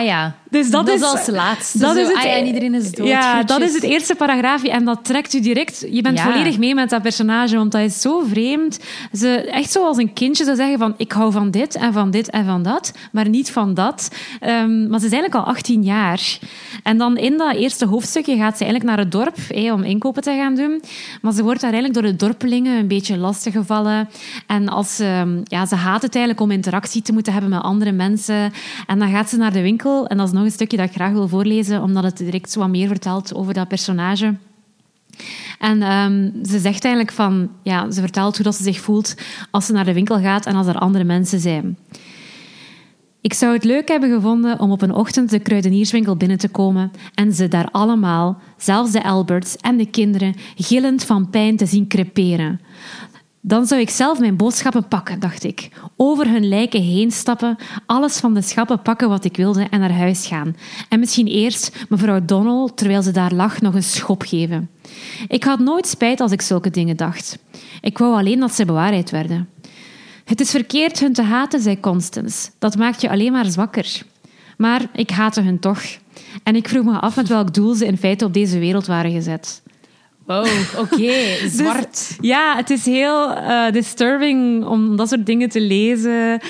Dus dat is als laatste. Dat is het, en iedereen is dood. Ja, dat is het eerste paragraafje. En dat trekt u direct... Je bent volledig mee met dat personage, want dat is zo vreemd. Ze echt zo als een kindje zou zeggen van... Ik hou van dit en van dit en van dat, maar niet van dat. Maar ze is eigenlijk al 18 jaar. En dan in dat eerste hoofdstukje gaat ze eigenlijk naar het dorp om inkopen te gaan doen. Maar ze wordt daar eigenlijk door de dorpelingen een beetje lastiggevallen. En als ze haat het eigenlijk om interactie te moeten hebben met andere mensen. En dan gaat ze naar de winkel. En dat is nog een stukje dat ik graag wil voorlezen, omdat het direct zo wat meer vertelt over dat personage. En ze zegt eigenlijk van... Ja, ze vertelt hoe dat ze zich voelt als ze naar de winkel gaat en als er andere mensen zijn. Ik zou het leuk hebben gevonden om op een ochtend de kruidenierswinkel binnen te komen en ze daar allemaal, zelfs de Alberts en de kinderen, gillend van pijn te zien creperen. Dan zou ik zelf mijn boodschappen pakken, dacht ik. Over hun lijken heen stappen, alles van de schappen pakken wat ik wilde en naar huis gaan. En misschien eerst mevrouw Donnell, terwijl ze daar lag, nog een schop geven. Ik had nooit spijt als ik zulke dingen dacht. Ik wou alleen dat ze bewaarheid werden. Het is verkeerd hun te haten, zei Constance. Dat maakt je alleen maar zwakker. Maar ik haatte hun toch. En ik vroeg me af met welk doel ze in feite op deze wereld waren gezet. Wow, oké, zwart. Dus, ja, het is heel disturbing om dat soort dingen te lezen.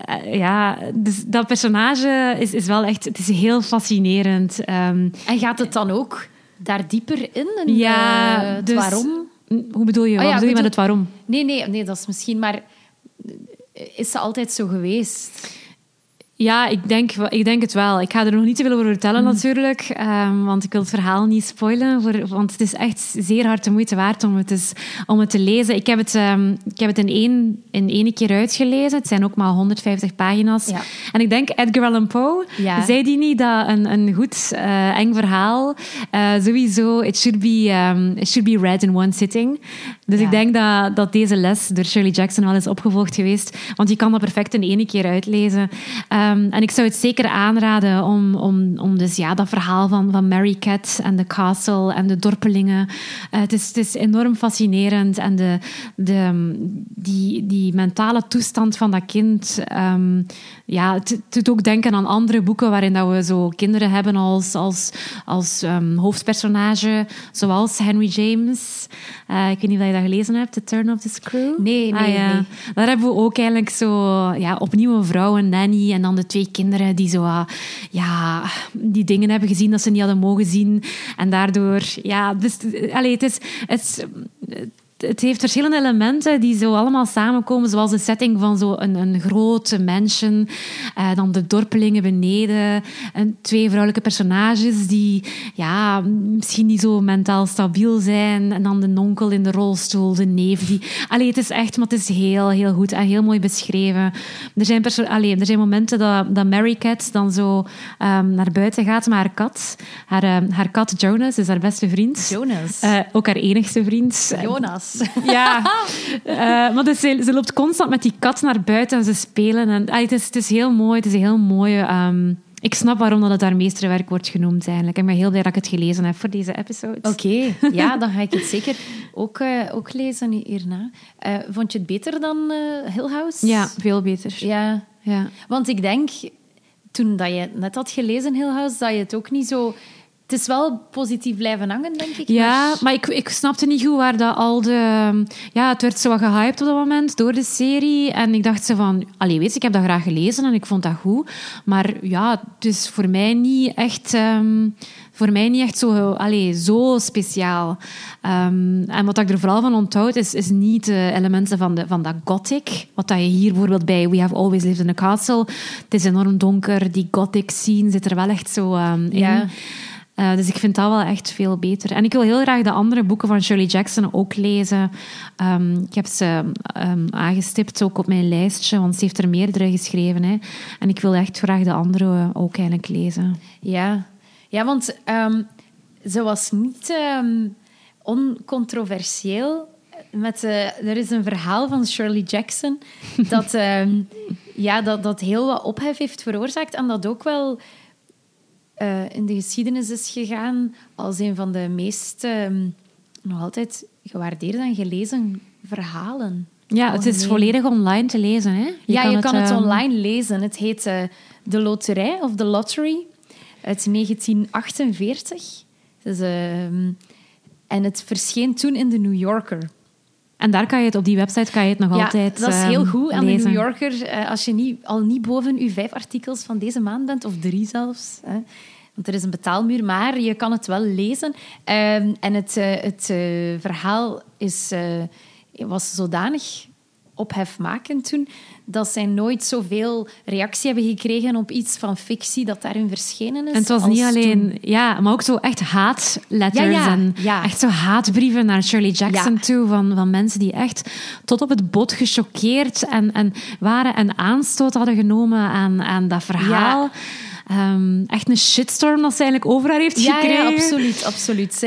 Dus dat personage is wel echt... Het is heel fascinerend. En gaat het dan ook daar dieper in? Dus, waarom? Hoe bedoel je? Wat bedoel je met het waarom? Nee, dat is misschien... Maar is ze altijd zo geweest? Ja, ik denk het wel. Ik ga er nog niet te veel over vertellen natuurlijk, want ik wil het verhaal niet spoilen, want het is echt zeer hard de moeite waard om het te lezen. Ik heb het in één keer uitgelezen. Het zijn ook maar 150 pagina's. Ja. En ik denk, Edgar Allan Poe, zei die niet dat een goed eng verhaal, sowieso, it should be read in one sitting. Dus ik denk dat deze les door Shirley Jackson wel is opgevolgd geweest, want je kan dat perfect in één keer uitlezen. En ik zou het zeker aanraden om dus dat verhaal van Mary Cat en de castle en de dorpelingen. Het is enorm fascinerend. En die mentale toestand van dat kind... het doet ook denken aan andere boeken waarin dat we zo kinderen hebben als hoofdpersonage, zoals Henry James. Ik weet niet of je dat gelezen hebt, The Turn of the Screw. Nee. Daar hebben we ook eigenlijk zo opnieuw een vrouw, een nanny, en dan de 2 kinderen die zo die dingen hebben gezien dat ze niet hadden mogen zien. En daardoor... Het heeft verschillende elementen die zo allemaal samenkomen, zoals de setting van zo een grote mansion, dan de dorpelingen beneden, en 2 vrouwelijke personages die misschien niet zo mentaal stabiel zijn, en dan de nonkel in de rolstoel, de neef die... het is echt, maar het is heel, heel goed en heel mooi beschreven. Er zijn momenten dat Mary Cat dan zo naar buiten gaat met haar kat. Haar kat Jonas is haar beste vriend. Jonas. Ook haar enigste vriend. Jonas. Ja, maar dus ze loopt constant met die kat naar buiten en ze spelen. En, het is heel mooi. Het is een heel mooie... ik snap waarom dat het haar meesterwerk wordt genoemd eigenlijk. Ik ben heel blij dat ik het gelezen heb voor deze episode. Oké, dan ga ik het zeker ook lezen hierna. Vond je het beter dan Hill House? Ja, veel beter. Ja. Want ik denk, toen dat je net had gelezen Hill House, dat je het ook niet zo... Het is wel positief blijven hangen, denk ik. Ja, maar ik snapte niet goed waar dat al de... het werd zo wat gehyped op dat moment door de serie. En ik dacht zo van... ik heb dat graag gelezen en ik vond dat goed. Maar het is voor mij niet echt... zo speciaal. En wat ik er vooral van onthoud, is niet de elementen van dat gothic. Wat dat je hier bijvoorbeeld bij We Have Always Lived in a Castle... Het is enorm donker. Die gothic scene zit er wel echt zo in. Ja. Dus ik vind dat wel echt veel beter. En ik wil heel graag de andere boeken van Shirley Jackson ook lezen. Ik heb ze aangestipt ook op mijn lijstje, want ze heeft er meerdere geschreven. Hè. En ik wil echt graag de andere ook eigenlijk lezen. Ja, want ze was niet oncontroversieel. Er is een verhaal van Shirley Jackson dat heel wat ophef heeft veroorzaakt en dat ook wel... in de geschiedenis is gegaan als een van de meest nog altijd gewaardeerde en gelezen verhalen. Ja, het is volledig online te lezen. Hè? Je kan het online lezen. Het heet De Loterij of The Lottery. uit 1948. Dus, en het verscheen toen in de New Yorker. En daar kan je het op die website kan je het nog altijd dat is heel goed. Aan de lezen. New Yorker, als je al niet boven je 5 artikels van deze maand bent, of 3 zelfs, want er is een betaalmuur, maar je kan het wel lezen. En het verhaal was zodanig ophefmakend toen, dat zij nooit zoveel reactie hebben gekregen op iets van fictie dat daarin verschenen is. En het was niet alleen... Ja, maar ook zo echt haatletters en echt zo haatbrieven naar Shirley Jackson toe van mensen die echt tot op het bot gechoqueerd en waren en aanstoot hadden genomen aan dat verhaal. Ja. Echt een shitstorm dat ze eigenlijk over haar heeft gekregen. Ja, absoluut.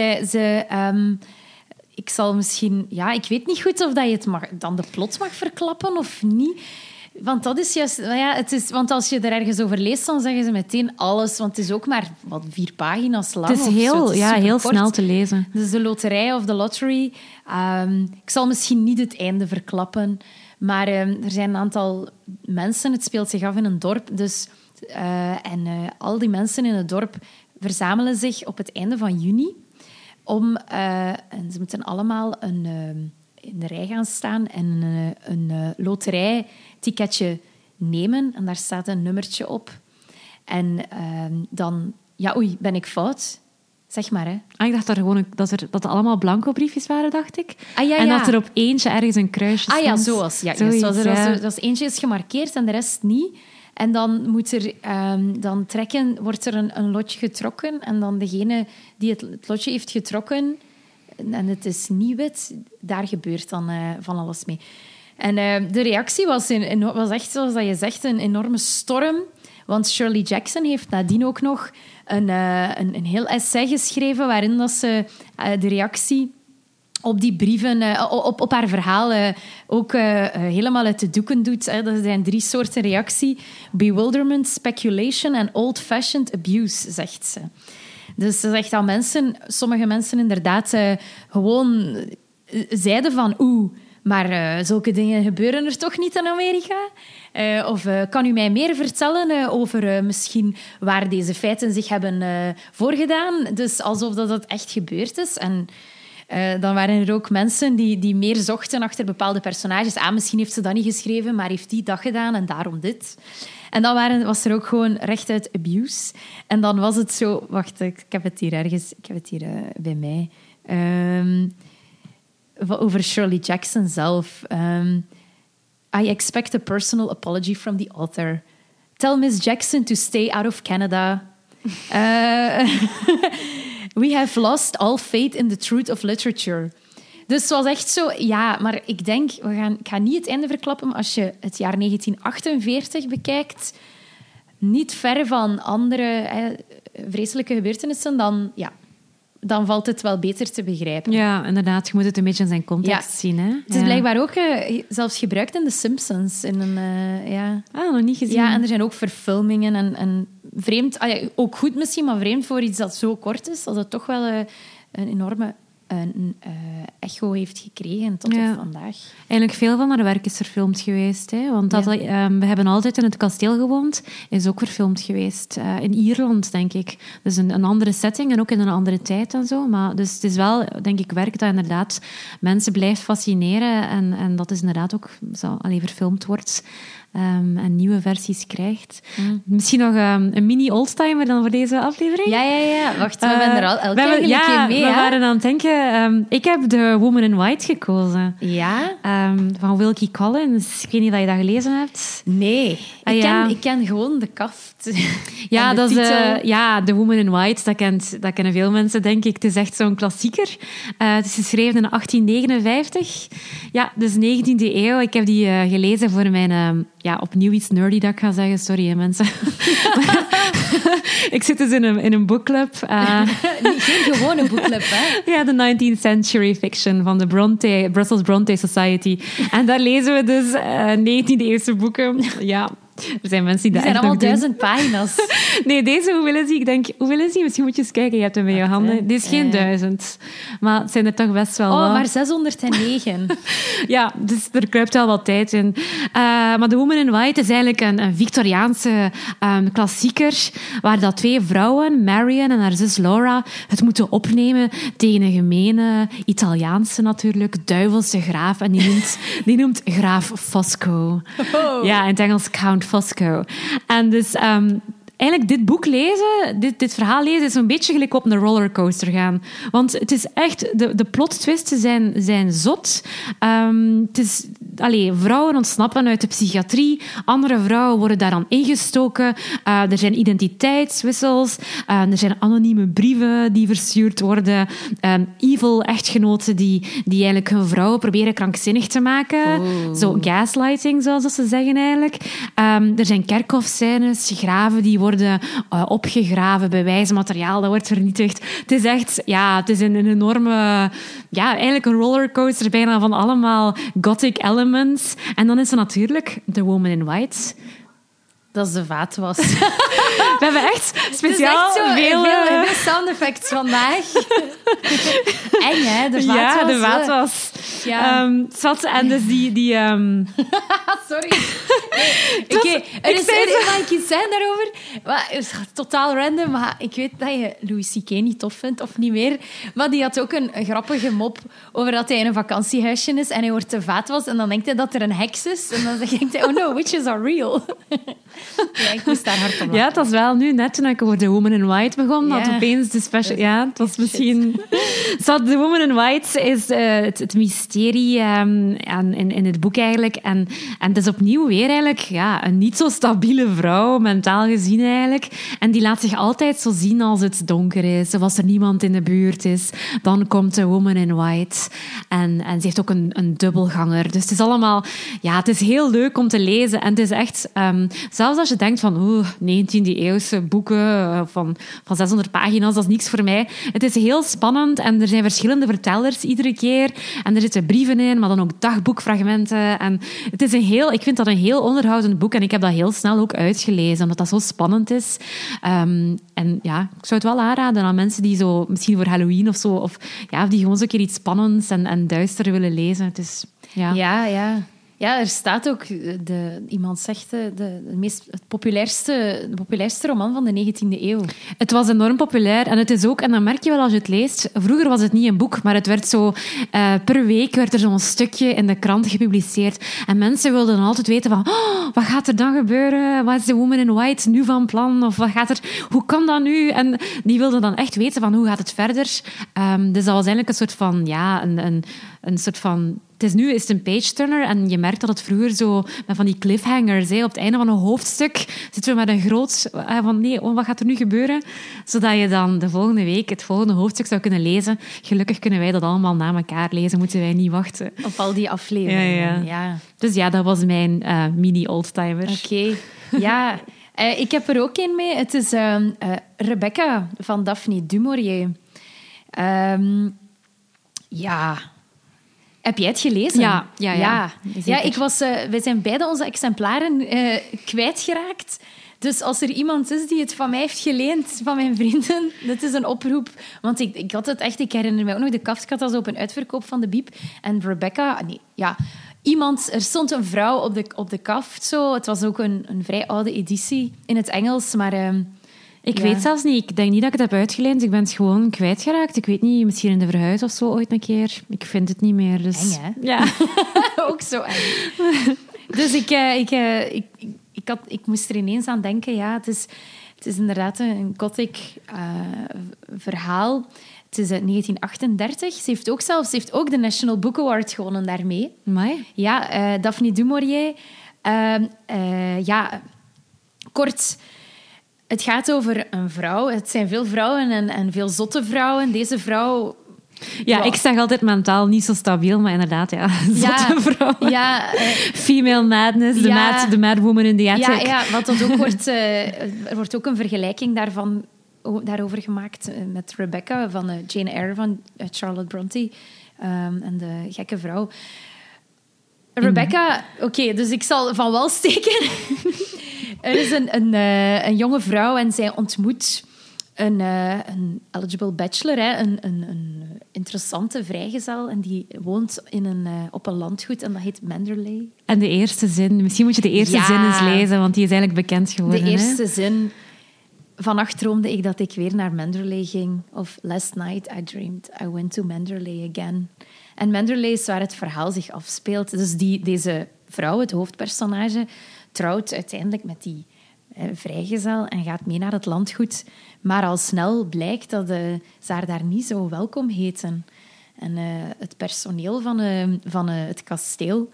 Ik zal misschien... Ja, ik weet niet goed of dat je het dan de plot mag verklappen of niet. Want dat is juist... Want als je er ergens over leest, dan zeggen ze meteen alles. Want het is ook maar 4 pagina's lang. Het is heel snel te lezen. Dus de loterij of de lottery. Ik zal misschien niet het einde verklappen. Maar er zijn een aantal mensen. Het speelt zich af in een dorp. Dus, al die mensen in het dorp verzamelen zich op het einde van juni... en ze moeten allemaal in de rij gaan staan en een loterijticketje nemen. En daar staat een nummertje op. En dan... Ja, oei, ben ik fout? Zeg maar, hè. Ik dacht dat het allemaal blanco briefjes waren, dacht ik. Ja. En dat er op eentje ergens een kruisje stond. Ja, zoals. Ja, zoals eentje is gemarkeerd en de rest niet. En dan wordt er een lotje getrokken. En dan degene die het lotje heeft getrokken, en het is niet wit, daar gebeurt dan van alles mee. En de reactie was echt, zoals dat je zegt, een enorme storm. Want Shirley Jackson heeft nadien ook nog een heel essay geschreven waarin dat ze de reactie op die brieven, op haar verhaal ook helemaal uit de doeken doet. Er zijn 3 soorten reactie. Bewilderment, speculation en old-fashioned abuse, zegt ze. Dus ze zegt dat sommige mensen inderdaad gewoon zeiden van maar zulke dingen gebeuren er toch niet in Amerika? Of kan u mij meer vertellen over misschien waar deze feiten zich hebben voorgedaan? Dus alsof dat echt gebeurd is. En dan waren er ook mensen die meer zochten achter bepaalde personages. Misschien heeft ze dat niet geschreven, maar heeft die dat gedaan en daarom dit. En dan was er ook gewoon rechtuit abuse. En dan was het zo... Wacht, ik heb het hier ergens... Ik heb het hier bij mij. Over Shirley Jackson zelf. I expect a personal apology from the author. Tell Miss Jackson to stay out of Canada. We have lost all faith in the truth of literature. Dus het was echt zo... Ja, maar ik denk... Ik ga niet het einde verklappen, maar als je het jaar 1948 bekijkt, niet ver van andere vreselijke gebeurtenissen, dan valt het wel beter te begrijpen. Ja, inderdaad. Je moet het een beetje in zijn context zien. Hè? Het is blijkbaar ook zelfs gebruikt in The Simpsons. nog niet gezien. Ja, en er zijn ook verfilmingen en vreemd... ook goed misschien, maar vreemd voor iets dat zo kort is, dat het toch wel een enorme echo heeft gekregen tot op vandaag. Eigenlijk veel van haar werk is verfilmd geweest. Hè? Want we hebben altijd in het kasteel gewoond. Is ook verfilmd geweest. In Ierland, denk ik. Dus een andere setting en ook in een andere tijd en zo. Maar dus het is wel, denk ik, werk dat inderdaad mensen blijft fascineren. En dat is inderdaad ook verfilmd wordt. En nieuwe versies krijgt. Misschien nog een mini-oldtimer dan voor deze aflevering? Ja. Wacht, we hebben er al elke keer een mee. We waren aan het denken... ik heb The Woman in White gekozen. Ja? Van Wilkie Collins. Ik weet niet of je dat gelezen hebt. Nee. Ik ken gewoon de kaft. Ja, dat is The Woman in White. Dat kennen veel mensen, denk ik. Het is echt zo'n klassieker. Het is geschreven in 1859. Ja, dus 19e eeuw. Ik heb die gelezen voor mijn... opnieuw iets nerdy dat ik ga zeggen. Sorry, hè, mensen. Ik zit dus in een boekclub. Geen gewone boekclub, hè? Ja, de 19th Century Fiction van de Brussels Bronte Society. En daar lezen we dus 19e-eeuwse boeken. Ja, Er zijn mensen die dat echt allemaal nog doen. 1000 pagina's. Nee, deze, hoeveel is die? Ik denk, hoeveel is die? Misschien moet je eens kijken. Je hebt hem in je handen. Dit is geen 1000. Maar het zijn er toch best wel wat. Maar 609. Ja, dus er kruipt wel wat tijd in. Maar The Woman in White is eigenlijk een Victoriaanse klassieker, waar dat 2 vrouwen, Marion en haar zus Laura, het moeten opnemen tegen een gemene Italiaanse natuurlijk, duivelse graaf. En die noemt graaf Fosco. Oh. Ja, in het Engels Count Fosco. En dus... eigenlijk dit boek lezen, dit verhaal lezen, is een beetje gelijk op een rollercoaster gaan. Want het is echt... De plottwisten zijn zot. Het is... vrouwen ontsnappen uit de psychiatrie. Andere vrouwen worden daaraan ingestoken. Er zijn identiteitswissels. Er zijn anonieme brieven die verstuurd worden. Evil echtgenoten die eigenlijk hun vrouwen proberen krankzinnig te maken. Zo gaslighting, zoals ze zeggen eigenlijk. Er zijn kerkhofscènes, graven die worden opgegraven, bewijsmateriaal dat wordt vernietigd. Het is echt... Ja, het is een enorme... Ja, eigenlijk een rollercoaster bijna van allemaal gothic elements. En dan is er natuurlijk The Woman in White. Dat is de vaatwas. We hebben echt speciaal veel sound effects vandaag. Eng, hè? De vaatwas. Ja, de vaatwas. Ja. En dus die Sorry. Oké, mag ik iets zeggen daarover? Het is totaal random, maar ik weet dat je Louis C.K. niet tof vindt, of niet meer. Maar die had ook een grappige mop over dat hij in een vakantiehuisje is en hij hoort de vaatwas en dan denkt hij dat er een heks is. En dan denkt hij, oh no, witches are real. Ja, ik moest daar hard om lachen. Ja, het was wel nu, net toen ik over The Woman in White begon, dat opeens de special... Ja, het was misschien... The Woman in White is het mysterie in het boek eigenlijk. En het is opnieuw weer eigenlijk een niet zo stabiele vrouw, mentaal gezien eigenlijk. En die laat zich altijd zo zien als het donker is, of als er niemand in de buurt is. Dan komt The Woman in White. En ze heeft ook een dubbelganger. Dus het is allemaal... Ja, het is heel leuk om te lezen. En het is echt... zelfs als je denkt van 19e-eeuwse boeken van 600 pagina's, dat is niks voor mij. Het is heel spannend en er zijn verschillende vertellers iedere keer. En er zitten brieven in, maar dan ook dagboekfragmenten. En het is ik vind dat een heel onderhoudend boek en ik heb dat heel snel ook uitgelezen, omdat dat zo spannend is. En ja, ik zou het wel aanraden aan mensen die zo, misschien voor Halloween of zo, of die gewoon zo een keer iets spannends en duister willen lezen. Het is... Ja, er staat ook, iemand zegt, de populairste roman van de 19e eeuw. Het was enorm populair en het is ook, en dan merk je wel als je het leest, vroeger was het niet een boek, maar het werd zo, per week werd er zo'n stukje in de krant gepubliceerd. En mensen wilden dan altijd weten van, wat gaat er dan gebeuren? Wat is The Woman in White nu van plan? Of hoe kan dat nu? En die wilden dan echt weten van, hoe gaat het verder? Dus dat was eigenlijk een soort van, een soort van... Nu is het een page-turner en je merkt dat het vroeger zo met van die cliffhangers, op het einde van een hoofdstuk zitten we met een groot van wat gaat er nu gebeuren? Zodat je dan de volgende week het volgende hoofdstuk zou kunnen lezen. Gelukkig kunnen wij dat allemaal na elkaar lezen, moeten wij niet wachten. Op al die afleveringen. Ja. Dus dat was mijn mini-oldtimer. Oké. Ja. Ik heb er ook een mee. Het is Rebecca van Daphne du Maurier. Heb jij het gelezen? Ja. Wij zijn beide onze exemplaren kwijtgeraakt. Dus als er iemand is die het van mij heeft geleend, van mijn vrienden, dit is een oproep. Want ik had het echt, ik herinner me ook nog de kaftkat als op een uitverkoop van de Biep. En Rebecca, er stond een vrouw op de kaft. Zo. Het was ook een vrij oude editie in het Engels, maar... Ik weet zelfs niet. Ik denk niet dat ik het heb uitgeleend. Ik ben het gewoon kwijtgeraakt. Ik weet niet, misschien in de verhuis of zo ooit een keer. Ik vind het niet meer. Dus... Eng, hè? Ja. Ook zo eng. Dus ik moest er ineens aan denken. Ja, het is inderdaad een gothic verhaal. Het is 1938. Ze heeft ook de National Book Award gewonnen daarmee. Amai. Ja, Daphne du Maurier. Kort... Het gaat over een vrouw. Het zijn veel vrouwen en veel zotte vrouwen. Deze vrouw... Ja, ik zeg altijd mentaal niet zo stabiel, maar inderdaad, zotte vrouwen. Ja, female madness, the mad woman in the attic. Ja, wat dat ook wordt... Er wordt ook een vergelijking daarover gemaakt met Rebecca van Jane Eyre van Charlotte Bronte en de gekke vrouw. Rebecca... Oké, dus ik zal van wal steken... Er is een jonge vrouw en zij ontmoet een eligible bachelor, hè, een interessante vrijgezel. En die woont op een landgoed en dat heet Manderley. En de eerste zin, misschien moet je de eerste zin eens lezen, want die is eigenlijk bekend geworden. De eerste zin. Vannacht droomde ik dat ik weer naar Manderley ging. Of last night I dreamed I went to Manderley again. En Manderley is waar het verhaal zich afspeelt. Dus deze vrouw, het hoofdpersonage, trouwt uiteindelijk met die vrijgezel en gaat mee naar het landgoed. Maar al snel blijkt dat ze haar daar niet zo welkom heten. En het personeel van het kasteel,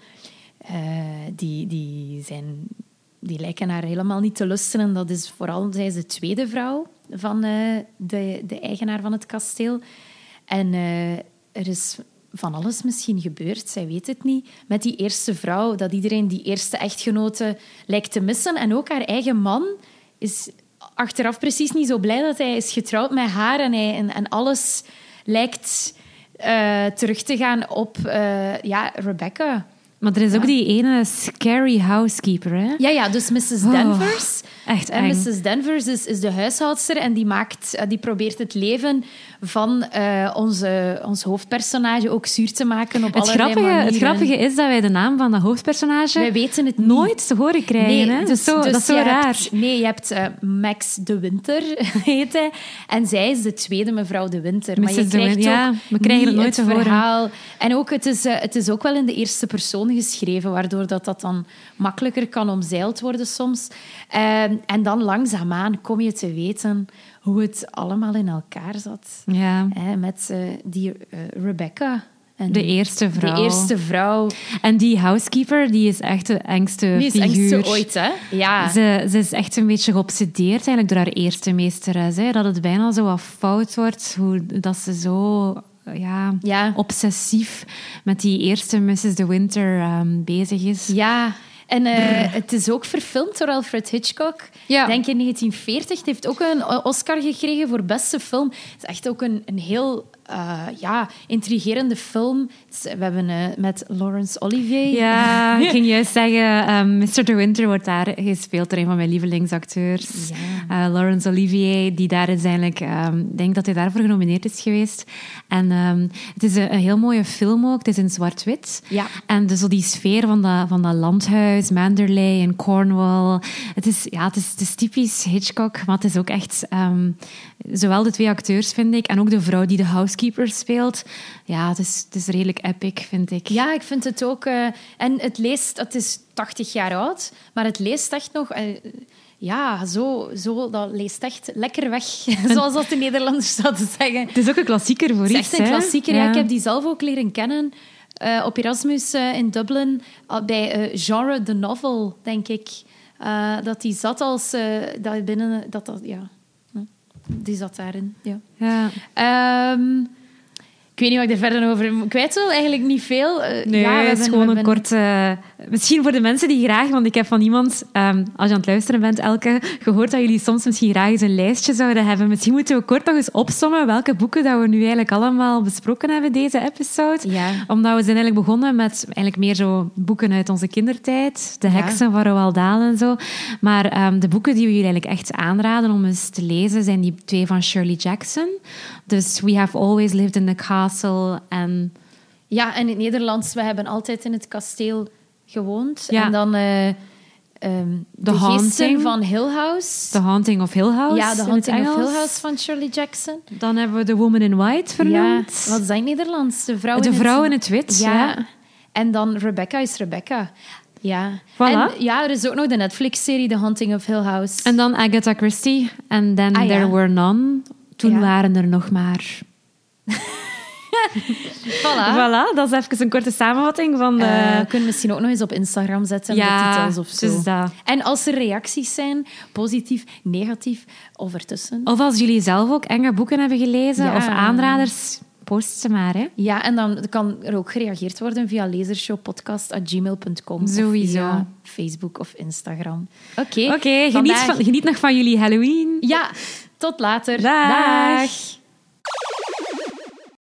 die lijken haar helemaal niet te lusten. En dat is vooral, zij is de tweede vrouw van de eigenaar van het kasteel. En er is van alles misschien gebeurd, zij weet het niet. Met die eerste vrouw, dat iedereen die eerste echtgenote lijkt te missen. En ook haar eigen man is achteraf precies niet zo blij dat hij is getrouwd met haar. En alles lijkt terug te gaan op Rebecca. Maar er is ook die ene scary housekeeper, hè? Ja, dus Mrs. Danvers. Echt eng. Mrs. Danvers is de huishoudster en die probeert het leven van ons hoofdpersonage ook zuur te maken op allerlei manieren. Het grappige is dat wij de naam van dat hoofdpersonage wij weten het nooit te horen krijgen. Nee, hè? Dat is zo raar. Je hebt Max de Winter, heet hij. En zij is de tweede mevrouw de Winter. Mrs. Maar je krijgt ook we krijgen het nooit het te verhaal. horen. En ook, het is ook wel in de eerste persoon geschreven, waardoor dat dan makkelijker kan omzeild worden soms. En dan langzaamaan kom je te weten hoe het allemaal in elkaar zat. Ja. Met die Rebecca. En de eerste vrouw. De eerste vrouw. En die housekeeper, die is echt de engste figuur. Die is engste ooit, hè? Ja. Ze is echt een beetje geobsedeerd eigenlijk door haar eerste meesteres. Hè? Dat het bijna zo wat fout wordt, dat ze zo obsessief met die eerste Mrs. de Winter bezig is. Ja. En het is ook verfilmd door Alfred Hitchcock. Ja. Ik denk in 1940. Het heeft ook een Oscar gekregen voor beste film. Het is echt ook een heel intrigerende film. We hebben met Laurence Olivier. Ja, ik ging juist zeggen, Mr. de Winter wordt daar gespeeld door een van mijn lievelingsacteurs. Ja. Laurence Olivier, die daar is eigenlijk... Ik denk dat hij daarvoor genomineerd is geweest. En het is een heel mooie film ook. Het is in zwart-wit. Ja. En dus zo die sfeer van dat landhuis, Manderley in Cornwall. Het is typisch Hitchcock, maar het is ook echt... zowel de twee acteurs, vind ik, en ook de vrouw die de housekeeper speelt. Ja, het is redelijk epic, vind ik. Ja, ik vind het ook... en het is 80 jaar oud, maar het leest echt nog... dat leest echt lekker weg. Zoals dat de Nederlanders zouden zeggen. Het is ook een klassieker voor iets, hè? Het is echt een klassieker. Ja, ik heb die zelf ook leren kennen op Erasmus in Dublin. Bij Genre de Novel, denk ik. Dat die zat als... die zat daarin, ja. Ik weet niet wat ik er verder over kwijt wil. Eigenlijk niet veel. Het is gewoon een kort... misschien voor de mensen die graag... Want ik heb van iemand, als je aan het luisteren bent, Elke, gehoord dat jullie soms misschien graag eens een lijstje zouden hebben. Misschien moeten we kort nog eens opsommen welke boeken dat we nu eigenlijk allemaal besproken hebben, deze episode. Ja. Omdat we zijn eigenlijk begonnen met eigenlijk meer zo boeken uit onze kindertijd. De Heksen van Roald Dahl en zo. Maar de boeken die we jullie eigenlijk echt aanraden om eens te lezen, zijn die 2 van Shirley Jackson. Dus We Have Always Lived in the Castle en... Ja, en in het Nederlands, we hebben altijd in het kasteel gewoond. Ja. En dan de geesten van Hill House. The Haunting of Hill House. Ja, The Haunting of Hill House van Shirley Jackson. Dan hebben we The Woman in White vernoemd. Ja, wat is dat in Nederlands? De vrouw in het wit. Ja. En dan Rebecca is Rebecca. Ja. Voilà. En er is ook nog de Netflix-serie The Haunting of Hill House. En dan Agatha Christie. And Then There Were None. Toen waren er nog maar... Voilà, dat is even een korte samenvatting van... We kunnen misschien ook nog eens op Instagram zetten, de titels of zo. Dus dat. En als er reacties zijn, positief, negatief of ertussen. Of als jullie zelf ook enge boeken hebben gelezen of aanraders, post ze maar. Hè. Ja, en dan kan er ook gereageerd worden via lasershowpodcast@gmail.com. Sowieso. Of via Facebook of Instagram. Oké, geniet nog van jullie Halloween. Ja, tot later. Dag.